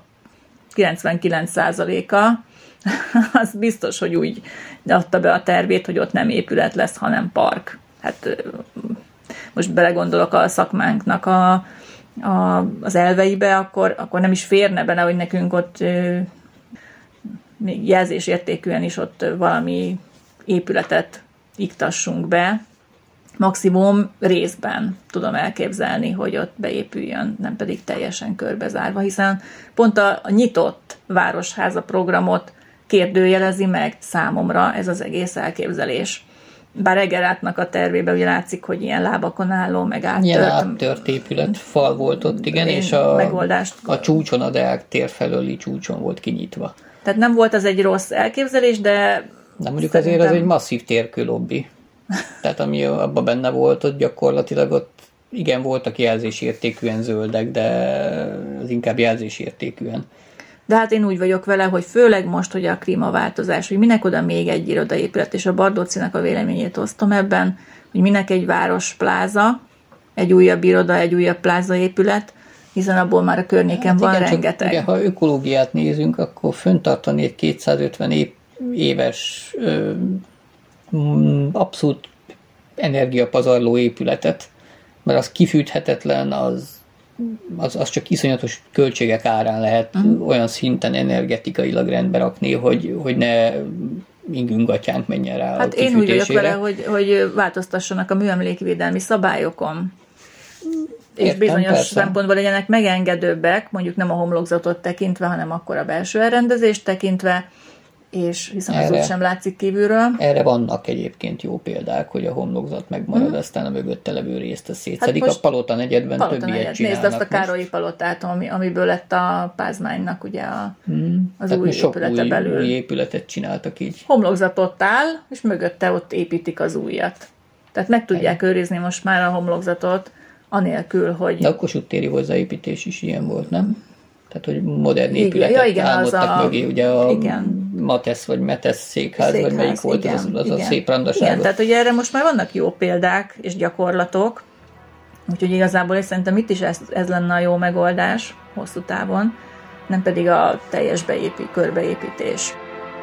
S1: 99%-a az biztos, hogy úgy adta be a tervét, hogy ott nem épület lesz, hanem park. Hát most belegondolok a szakmánknak az elveibe, akkor nem is férne bele, hogy nekünk ott még jelzésértékűen is ott valami épületet iktassunk be. Maximum részben tudom elképzelni, hogy ott beépüljön, nem pedig teljesen körbezárva, hiszen pont a nyitott városháza programot kérdőjelezi meg számomra ez az egész elképzelés. Bár Eggerátnak a tervébe ugye látszik, hogy ilyen lábakon álló, meg
S2: áttört épület, fal volt ott, igen, és a csúcson, a Deák tér felőli csúcson volt kinyitva.
S1: Tehát nem volt az egy rossz elképzelés, de...
S2: De mondjuk azért az egy masszív térkőlobbi. Tehát ami abban benne volt, ott gyakorlatilag ott igen, voltak jelzésértékűen zöldek, de az inkább jelzésértékűen.
S1: De hát én úgy vagyok vele, hogy főleg most, hogy a klímaváltozás, hogy minek oda még egy irodaépület, és a Bardócinak a véleményét osztom ebben, hogy minek egy várospláza, egy újabb iroda, egy újabb plázaépület, hiszen abból már a környéken van rengeteg.
S2: Ugye, ha ökológiát nézünk, akkor föntartani egy 250 éves abszolút energiapazarló épületet, mert az kifűthetetlen, az csak iszonyatos költségek árán lehet olyan szinten energetikailag rendbe rakni, hogy ne ingüngatyánk menjen rá
S1: hát
S2: a kifűtésére.
S1: Én úgy vagyok vele, hogy változtassanak a műemlékvédelmi szabályokon. És értem, bizonyos persze. Szempontból legyenek megengedőbbek, mondjuk nem a homlokzatot tekintve, hanem akkor a belső elrendezést tekintve, és hiszen az úgy sem látszik kívülről.
S2: Erre vannak egyébként jó példák, hogy a homlokzat megmarad, aztán a mögötte levő részt a szétszedik. Hát a Palota negyedben több ilyet csinálnak.
S1: Nézd azt a Károlyi Palotát, amiből lett a Pázmánynak ugye az új épülete belül.
S2: Új épületet csináltak így.
S1: Homlokzatot áll, és mögötte ott építik az újat. Tehát meg tudják őrizni most már a homlokzatot, anélkül, hogy...
S2: De a Kossuth téri hozzáépítés is ilyen volt, nem? Tehát, hogy modern épületet álmodtak mögé, ugye a Matesz vagy Metesz székház, vagy melyik volt igen, az a szép randaságot.
S1: Igen, tehát ugye erre most már vannak jó példák és gyakorlatok, úgyhogy igazából és szerintem itt is ez lenne a jó megoldás hosszú távon, nem pedig a teljes körbeépítés.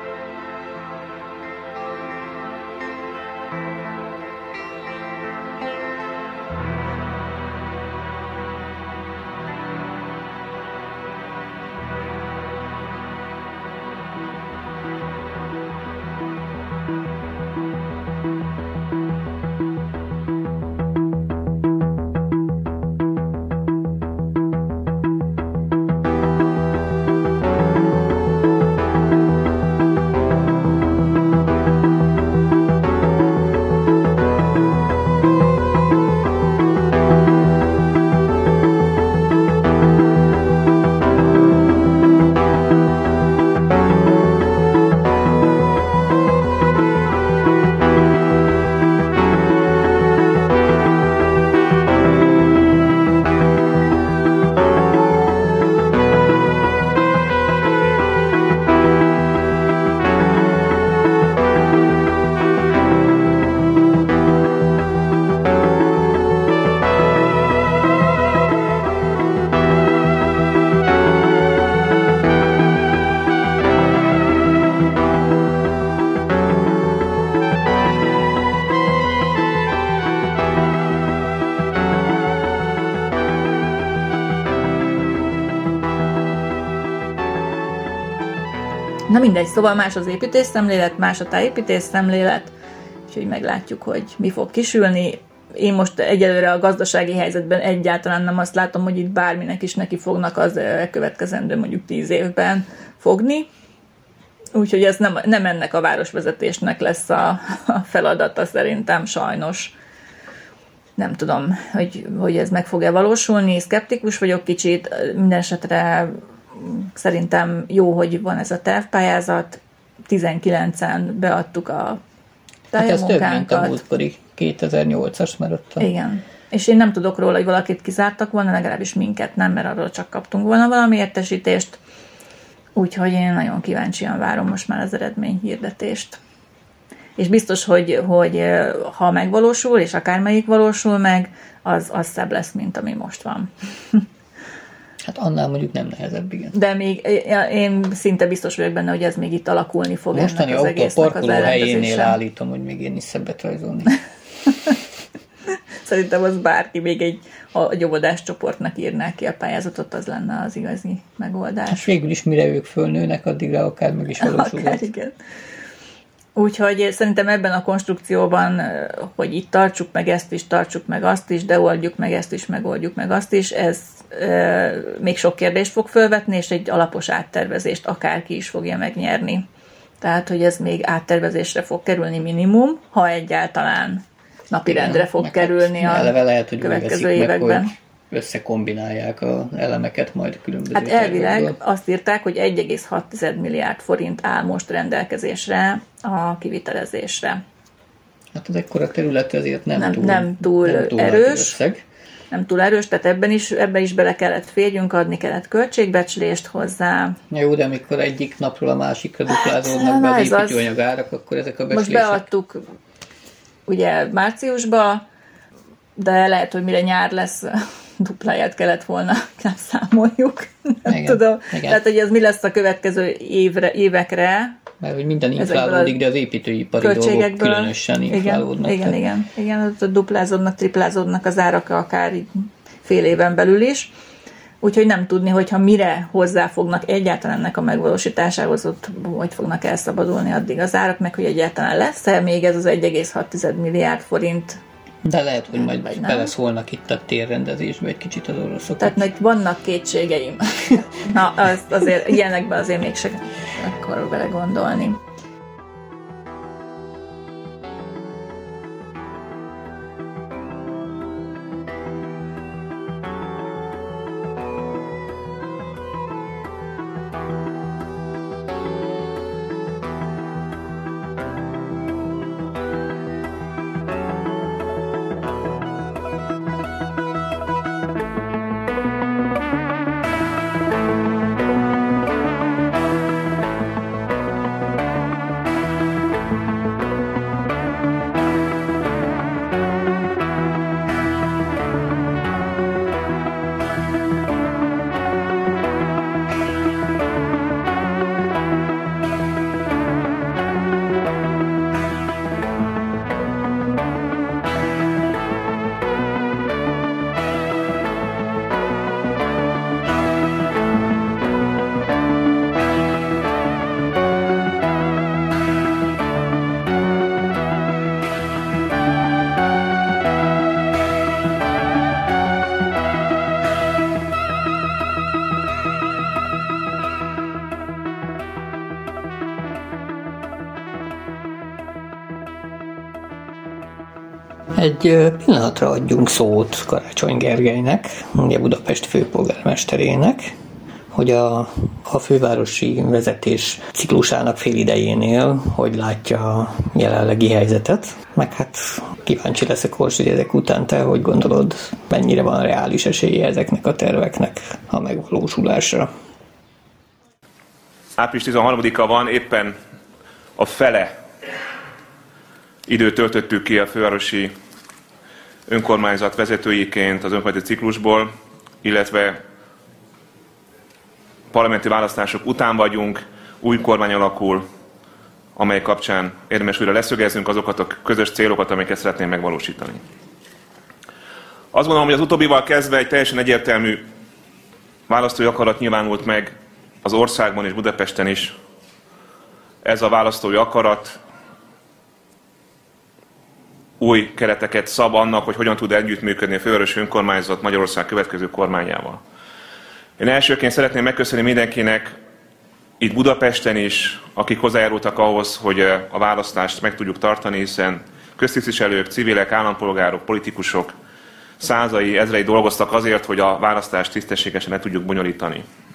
S1: Na mindegy, szóval más az építésszemlélet, más a tájépítésszemlélet, úgyhogy meglátjuk, hogy mi fog kisülni. Én most egyelőre a gazdasági helyzetben egyáltalán nem azt látom, hogy itt bárminek is neki fognak az következendő mondjuk 10 évben fogni. Úgyhogy ez nem ennek a városvezetésnek lesz a feladata szerintem sajnos. Nem tudom, hogy ez meg fog-e valósulni, szkeptikus vagyok kicsit, minden esetre szerintem jó, hogy van ez a tervpályázat. 19-en beadtuk a
S2: pályamunkánkat. Hát ez több, mint a múltkori 2008-as, mert ott
S1: Igen. És én nem tudok róla, hogy valakit kizártak volna, legalábbis minket nem, mert arról csak kaptunk volna valami értesítést. Úgyhogy én nagyon kíváncsian várom most már az eredményhirdetést. És biztos, hogy ha megvalósul, és akármelyik valósul meg, az szebb lesz, mint ami most van.
S2: Hát annál mondjuk nem nehezebb, igen.
S1: De még én szinte biztos vagyok benne, hogy ez még itt alakulni fog.
S2: Mostani
S1: ennek az egésznek az
S2: parkoló helyénél állítom, hogy még én is szebbet rajzolni.
S1: Szerintem az bárki, még a gyógyodás csoportnak írnák ki a pályázatot, az lenne az igazi megoldás.
S2: Hát végül is mire ők fölnőnek, addigra akár meg is valósulhat.
S1: Igen. Úgyhogy szerintem ebben a konstrukcióban, hogy itt tartsuk meg ezt is, tartsuk meg azt is, de oldjuk meg ezt is, megoldjuk meg azt is, ez még sok kérdést fog fölvetni, és egy alapos áttervezést akárki is fogja megnyerni. Tehát, hogy ez még áttervezésre fog kerülni minimum, ha egyáltalán napirendre fog kerülni a
S2: lehet, hogy
S1: következő években.
S2: Meg, hogy összekombinálják az elemeket majd különböző
S1: Hát elvileg azt írták, hogy 1,6 milliárd forint áll most rendelkezésre a kivitelezésre.
S2: Hát az ekkora terület azért
S1: nem túl erős. Nem túl erős, tehát ebben is bele kellett férjünk, adni kellett költségbecslést hozzá.
S2: Jó, de amikor egyik napról a másikra duplázódnak be az építőanyagárak, akkor ezek a becslések...
S1: Most beadtuk ugye márciusba, de lehet, hogy mire nyár lesz, dupláját kellett volna, nem számoljuk. Nem tudom. Igen. Tehát, hogy ez mi lesz a következő évekre.
S2: Mert hogy minden inflálódik, de az építőipari dolgok különösen inflálódnak.
S1: Igen, duplázódnak, triplázódnak az árak akár fél éven belül is. Úgyhogy nem tudni, hogyha mire hozzáfognak egyáltalán ennek a megvalósításához, ott hogy fognak elszabadulni addig az árak, meg hogy egyáltalán lesz-e még ez az 1,6 milliárd forint.
S2: De lehet, hogy majd beleszólnak itt a térrendezésbe egy kicsit az oroszok.
S1: Tehát vannak kétségeim. Na, azért ilyenekben azért mégsem akarok bele gondolni.
S2: Egy pillanatra adjunk szót Karácsony Gergelynek, ugye Budapest főpolgármesterének, hogy a fővárosi vezetés ciklusának félidejénél hogy látja a jelenlegi helyzetet, meg hát kíváncsi leszek, hogy ezek után te hogy gondolod, mennyire van reális esélye ezeknek a terveknek a megvalósulásra.
S4: Április 13-a van, éppen a fele időt töltöttük ki a fővárosi önkormányzat vezetőiként az önkormányzati ciklusból, illetve parlamenti választások után vagyunk, új kormány alakul, amely kapcsán érdemes újra leszögeznünk azokat a közös célokat, amiket szeretném megvalósítani. Azt gondolom, hogy az utóbbival kezdve egy teljesen egyértelmű választói akarat nyilvánult meg az országban és Budapesten is. Ez a választói akarat új kereteket szab annak, hogy hogyan tud együttműködni a fővárosi önkormányzat Magyarország következő kormányával. Én elsőként szeretném megköszönni mindenkinek, itt Budapesten is, akik hozzájárultak ahhoz, hogy a választást meg tudjuk tartani, hiszen köztisztviselők, civilek, állampolgárok, politikusok százai, ezrei dolgoztak azért, hogy a választást tisztességesen le tudjuk bonyolítani.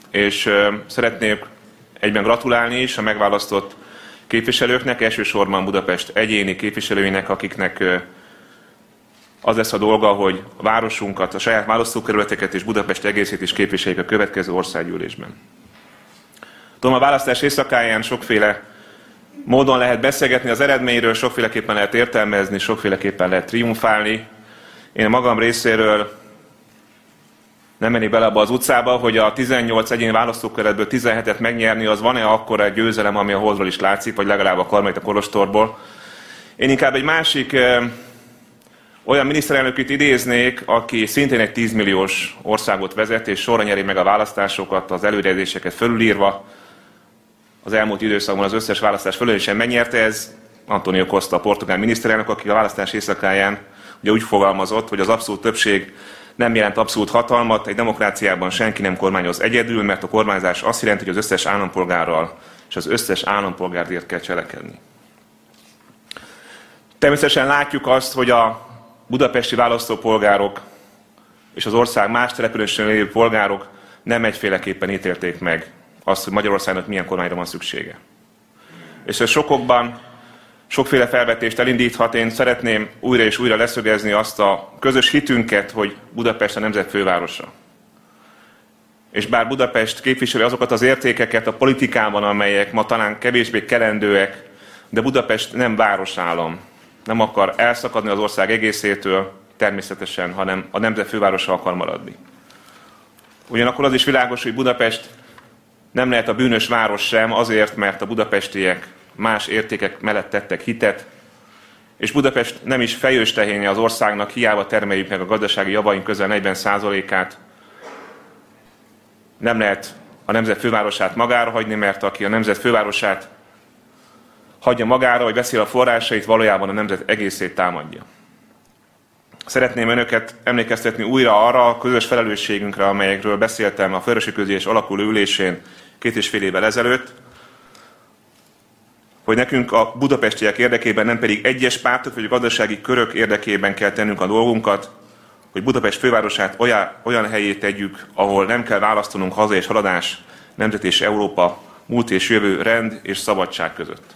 S4: és szeretnék egyben gratulálni is a megválasztott képviselőknek, elsősorban Budapest egyéni képviselőinek, akiknek az lesz a dolga, hogy a városunkat, a saját választókerületeket és Budapest egészét is képviseljék a következő országgyűlésben. Tudom, a választás éjszakáján sokféle módon lehet beszélgetni az eredményről, sokféleképpen lehet értelmezni, sokféleképpen lehet triumfálni. Én a magam részéről nem mennék bele abba az utcába, hogy a 18 egyéni választókerületből 17-et megnyerni, az van-e akkora egy győzelem, ami a Holdról is látszik, vagy legalább a Karmelita Kolostorból. Én inkább egy másik olyan miniszterelnököt idéznék, aki szintén egy 10 milliós országot vezet, és sorra nyeri meg a választásokat, az előrejelzéseket fölülírva. Az elmúlt időszakban az összes választás fölösen megnyerte, ez António Costa, a portugál miniszterelnök, aki a választás éjszakáján ugye úgy fogalmazott, hogy az abszolút többség nem jelent abszolút hatalmat, egy demokráciában senki nem kormányoz egyedül, mert a kormányzás azt jelenti, hogy az összes állampolgárral és az összes állampolgárért kell cselekedni. Természetesen látjuk azt, hogy a budapesti választópolgárok és az ország más településen lévő polgárok nem egyféleképpen ítélték meg azt, hogy Magyarországnak milyen kormányra van szüksége. És ez sokokban sokféle felvetést elindíthat. Én szeretném újra és újra leszögezni azt a közös hitünket, hogy Budapest a nemzet fővárosa. És bár Budapest képviseli azokat az értékeket a politikában, amelyek ma talán kevésbé kelendőek, de Budapest nem városállam. Nem akar elszakadni az ország egészétől természetesen, hanem a nemzet fővárosa akar maradni. Ugyanakkor az is világos, hogy Budapest nem lehet a bűnös város sem, azért, mert a budapestiek más értékek mellett tettek hitet, és Budapest nem is fejős tehénye az országnak, hiába termeljük meg a gazdasági javaink közel 40%-át. Nem lehet a nemzet fővárosát magára hagyni, mert aki a nemzet fővárosát hagyja magára, vagy beszél a forrásait, valójában a nemzet egészét támadja. Szeretném önöket emlékeztetni újra arra a közös felelősségünkre, amelyekről beszéltem a Fővárosi Közgyűlés alakuló ülésén 2,5 évvel ezelőtt, hogy nekünk a budapestiek érdekében, nem pedig egyes pártok vagy gazdasági körök érdekében kell tennünk a dolgunkat, hogy Budapest fővárosát olyan helyé tegyük, ahol nem kell választanunk haza és haladás, nemzet és Európa, múlt és jövő, rend és szabadság között.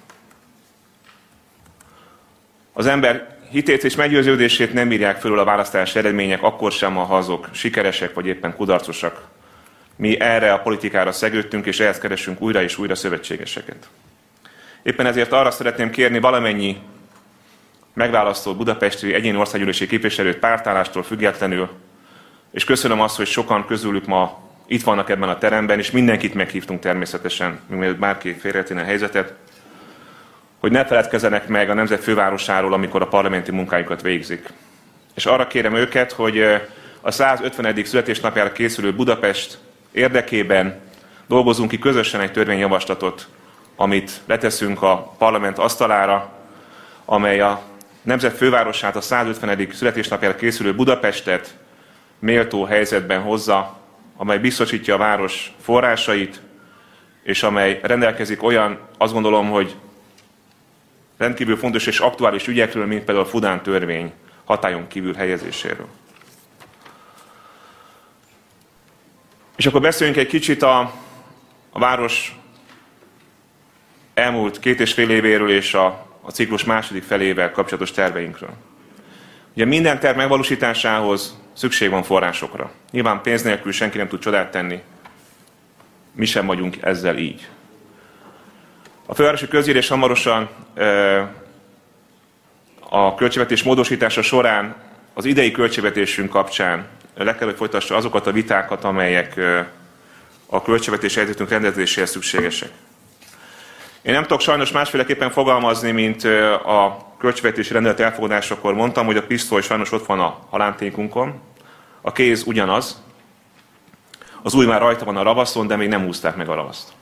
S4: Az ember hitét és meggyőződését nem írják fölül a választási eredmények, akkor sem, ha azok sikeresek vagy éppen kudarcosak. Mi erre a politikára szegődtünk, és ehhez keresünk újra és újra szövetségeseket. Éppen ezért arra szeretném kérni valamennyi megválasztott budapesti egyéni országgyűlési képviselőt pártállástól függetlenül, és köszönöm azt, hogy sokan közülük ma itt vannak ebben a teremben, és mindenkit meghívtunk természetesen, mielőtt bárki félreténe a helyzetet, hogy ne feledkezzenek meg a nemzet fővárosáról, amikor a parlamenti munkájukat végzik. És arra kérem őket, hogy a 150. születésnapjára készülő Budapest érdekében dolgozunk ki közösen egy törvényjavaslatot, amit leteszünk a parlament asztalára, amely a nemzet fővárosát, a 150. születésnapjára készülő Budapestet méltó helyzetben hozza, amely biztosítja a város forrásait, és amely rendelkezik olyan, azt gondolom, hogy rendkívül fontos és aktuális ügyekről, mint például a Fudán törvény hatályon kívül helyezéséről. És akkor beszéljünk egy kicsit a város elmúlt 2,5 évéről és a ciklus második felével kapcsolatos terveinkről. Ugye minden terv megvalósításához szükség van forrásokra. Nyilván pénz nélkül senki nem tud csodát tenni. Mi sem vagyunk ezzel így. A Fővárosi Közgyűlés hamarosan a költségvetés módosítása során az idei költségvetésünk kapcsán le kell, hogy folytassa azokat a vitákat, amelyek a költségvetés helyzetünk rendezéséhez szükségesek. Én nem tudok sajnos másféleképpen fogalmazni, mint a költségvetési rendelet elfogadásakor mondtam, hogy a pisztoly sajnos ott van a halántékunkon, a kéz ugyanaz, az ujj már rajta van a ravaszon, de még nem húzták meg a ravaszt.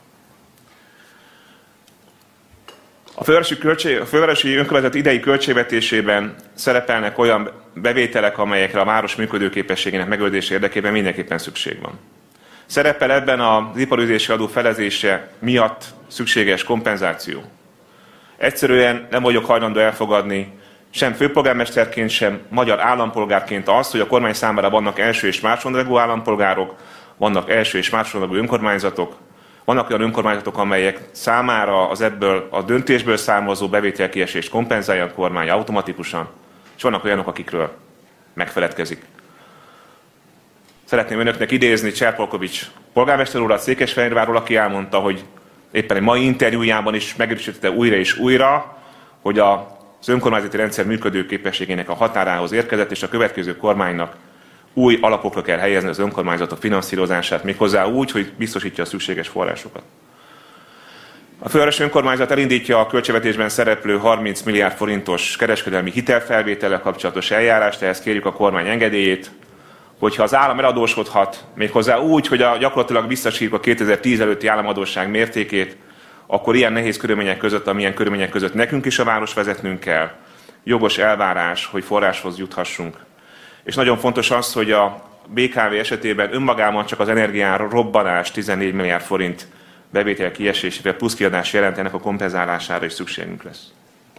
S4: A fővárosi önkormányzat idei költségvetésében szerepelnek olyan bevételek, amelyekre a város működőképességének megőrzése érdekében mindenképpen szükség van. Szerepel ebben az iparüzési adó felezése miatt szükséges kompenzáció. Egyszerűen nem vagyok hajlandó elfogadni sem főpolgármesterként, sem magyar állampolgárként azt, hogy a kormány számára vannak első és másodrendű állampolgárok, vannak első és másodlagú önkormányzatok, vannak olyan önkormányzatok, amelyek számára az ebből a döntésből származó bevételkiesést kompenzálja a kormány automatikusan, és vannak olyanok, akikről megfeledkezik. Szeretném önöknek idézni Cserpolkovics polgármester urat Székesfehérvárról, aki elmondta, hogy éppen egy mai interjújában is megerősítette újra és újra, hogy az önkormányzati rendszer működőképességének a határához érkezett, és a következő kormánynak új alapokra kell helyezni az önkormányzatok finanszírozását, méghozzá úgy, hogy biztosítja a szükséges forrásokat. A fővárosi önkormányzat elindítja a költségvetésben szereplő 30 milliárd forintos kereskedelmi hitelfelvétellel kapcsolatos eljárást, ehhez kérjük a kormány engedélyét, hogyha az állam eladósodhat, méghozzá úgy, hogy gyakorlatilag visszasírjuk a 2010 előtti államadósság mértékét, akkor ilyen nehéz körülmények között, amilyen körülmények között nekünk is a város vezetnünk kell, jogos elvárás, hogy forráshoz juthassunk. És nagyon fontos az, hogy a BKV esetében önmagában csak az energiára robbanás 14 milliárd forint bevétel kiesésére plusz kiadás jelent, ennek a kompenzálására is szükségünk lesz.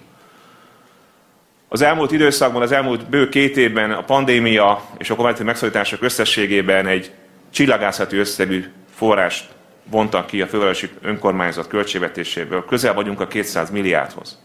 S4: Az elmúlt időszakban, az elmúlt bő 2 évben a pandémia és a kormányzati megszorítások összességében egy csillagászati összegű forrást vontak ki a fővárosi önkormányzat költségvetéséből. Közel vagyunk a 200 milliárdhoz.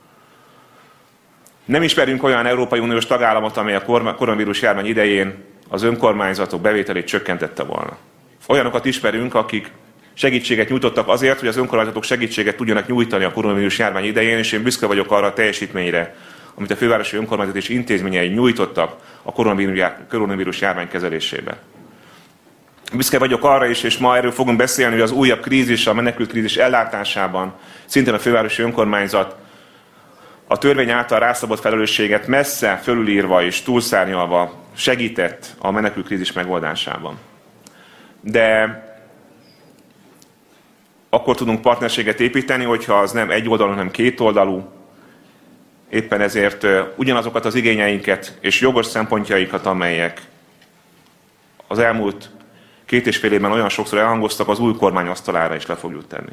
S4: Nem ismerünk olyan Európai Uniós tagállamot, amely a koronavírus járvány idején az önkormányzatok bevételét csökkentette volna. Olyanokat ismerünk, akik segítséget nyújtottak azért, hogy az önkormányzatok segítséget tudjanak nyújtani a koronavírus járvány idején, és én büszke vagyok arra a teljesítményre, amit a fővárosi önkormányzat és intézményei nyújtottak a koronavírus járvány kezelésében. Büszke vagyok arra is, és ma erről fogunk beszélni, hogy az újabb krízis, a menekültkrízis ellátásában szintén a fővárosi önkormányzat a törvény által rászabott felelősséget messze fölülírva és túlszárnyalva segített a menekültkrízis megoldásában. De akkor tudunk partnerséget építeni, hogyha az nem egy oldalú, hanem 2 oldalú. Éppen ezért ugyanazokat az igényeinket és jogos szempontjaikat, amelyek az elmúlt 2,5 évben olyan sokszor elhangoztak, az új kormány asztalára is le fogjuk tenni.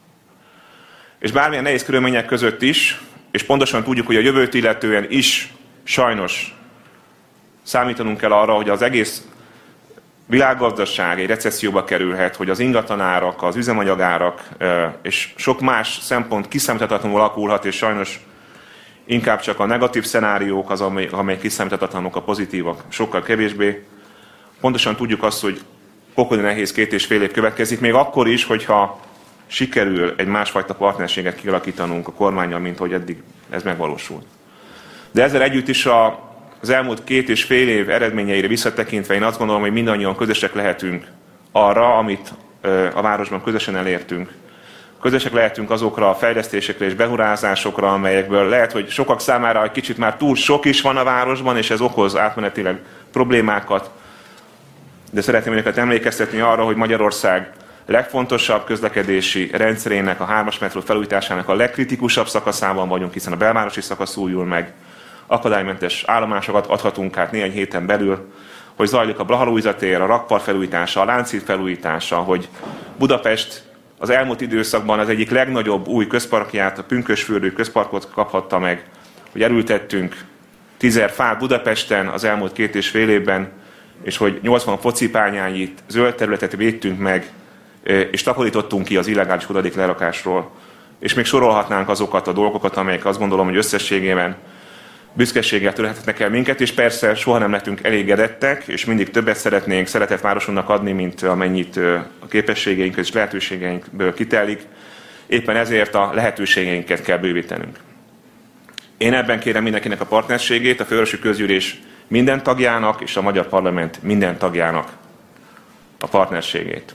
S4: És bármilyen nehéz körülmények között is, és pontosan tudjuk, hogy a jövőt illetően is sajnos számítanunk kell arra, hogy az egész világgazdaság egy recesszióba kerülhet, hogy az ingatlanárak, az üzemanyagárak és sok más szempont kiszámíthatatlanul alakulhat, és sajnos inkább csak a negatív szenáriók az, amelyek kiszámíthatatlanok, a pozitívak sokkal kevésbé. Pontosan tudjuk azt, hogy pokolni nehéz 2,5 év következik, még akkor is, hogyha sikerül egy másfajta partnerséget kialakítanunk a kormánnyal, mint hogy eddig ez megvalósult. De ezzel együtt is az elmúlt 2,5 év eredményeire visszatekintve én azt gondolom, hogy mindannyian közösek lehetünk arra, amit a városban közösen elértünk. Közösek lehetünk azokra a fejlesztésekre és beruházásokra, amelyekből lehet, hogy sokak számára egy kicsit már túl sok is van a városban, és ez okoz átmenetileg problémákat. De szeretném önöket emlékeztetni arra, hogy Magyarország legfontosabb közlekedési rendszerének, a 3-as metró felújításának a legkritikusabb szakaszában vagyunk, hiszen a belvárosi szakasz újul meg. Akadálymentes állomásokat adhatunk át néhány héten belül, hogy zajlik a Blaha-Lujza tér, a rakpart felújítása, a Lánchíd felújítása, hogy Budapest az elmúlt időszakban az egyik legnagyobb új közparkját, a Pünkösfürdő közparkot kaphatta meg, hogy elültettünk 10 000 fát Budapesten az elmúlt 2,5 évben, és hogy 80 focipányáit, zöld területet védtünk meg, és takarítottunk ki az illegális hulladék lerakásról. És még sorolhatnánk azokat a dolgokat, amelyek azt gondolom, hogy összességében büszkeséggel tölthetnek el minket, és persze soha nem lettünk elégedettek, és mindig többet szeretnénk szeretett városunknak adni, mint amennyit a képességeink és lehetőségeinkből kitelik. Éppen ezért a lehetőségeinket kell bővítenünk. Én ebben kérem mindenkinek a partnerségét, a fővárosi közgyűlés minden tagjának és a Magyar Parlament minden tagjának a partnerségét.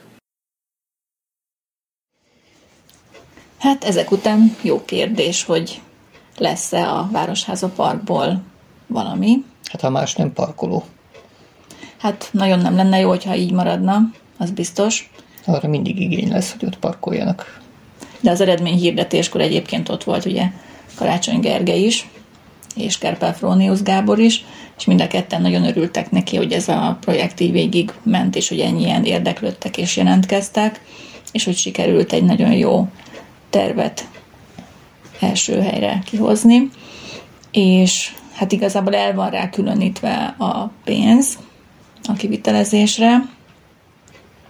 S1: Hát ezek után jó kérdés, hogy lesz-e a Városháza Parkból valami.
S2: Hát ha más nem parkoló.
S1: Hát nagyon nem lenne jó, hogyha így maradna, az biztos.
S2: Arra mindig igény lesz, hogy ott parkoljanak.
S1: De az eredményhirdetéskor egyébként ott volt ugye Karácsony Gergely is, és Kerpel Frónius Gábor is, és mind a ketten nagyon örültek neki, hogy ez a projekt így végig ment, és hogy ennyien érdeklődtek és jelentkeztek, és hogy sikerült egy nagyon jó tervet első helyre kihozni, és hát igazából el van rá különítve a pénz a kivitelezésre,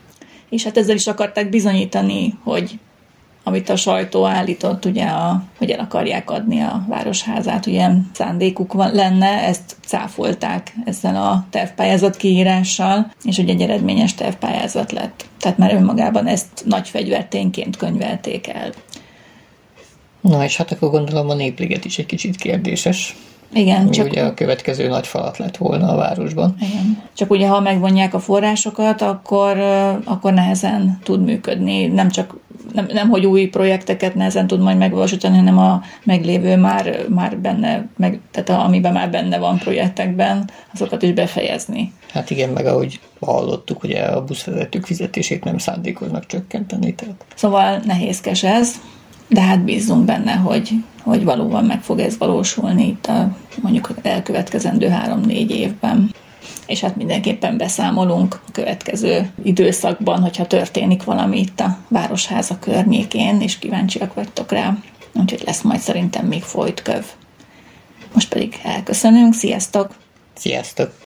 S1: és hát ezzel is akarták bizonyítani, hogy amit a sajtó állított, ugye, hogy el akarják adni a városházát, ugye szándékuk lenne, ezt cáfolták ezzel a tervpályázat kiírással, és ugye egy eredményes tervpályázat lett. Tehát már önmagában ezt nagy fegyvertényként könyvelték el.
S2: Na és hát akkor gondolom a Népliget is egy kicsit kérdéses.
S1: Igen,
S2: csak ugye a következő nagy falat lett volna a városban.
S1: Igen. Csak ugye, ha megvonják a forrásokat, akkor nehezen tud működni. Nem, hogy új projekteket nehezen tud majd megvalósítani, hanem a meglévő már benne, tehát amiben már benne van projektekben, azokat is befejezni.
S2: Hát igen, meg ahogy hallottuk, ugye a buszvezetők fizetését nem szándékoznak csökkenteni. Tehát.
S1: Szóval nehézkes ez, de hát bízzunk benne, hogy valóban meg fog ez valósulni itt mondjuk elkövetkezendő 3-4 évben. És hát mindenképpen beszámolunk a következő időszakban, hogyha történik valami itt a Városháza környékén, és kíváncsiak vagytok rá. Úgyhogy lesz majd szerintem még folytköv. Most pedig elköszönünk, sziasztok!
S2: Sziasztok!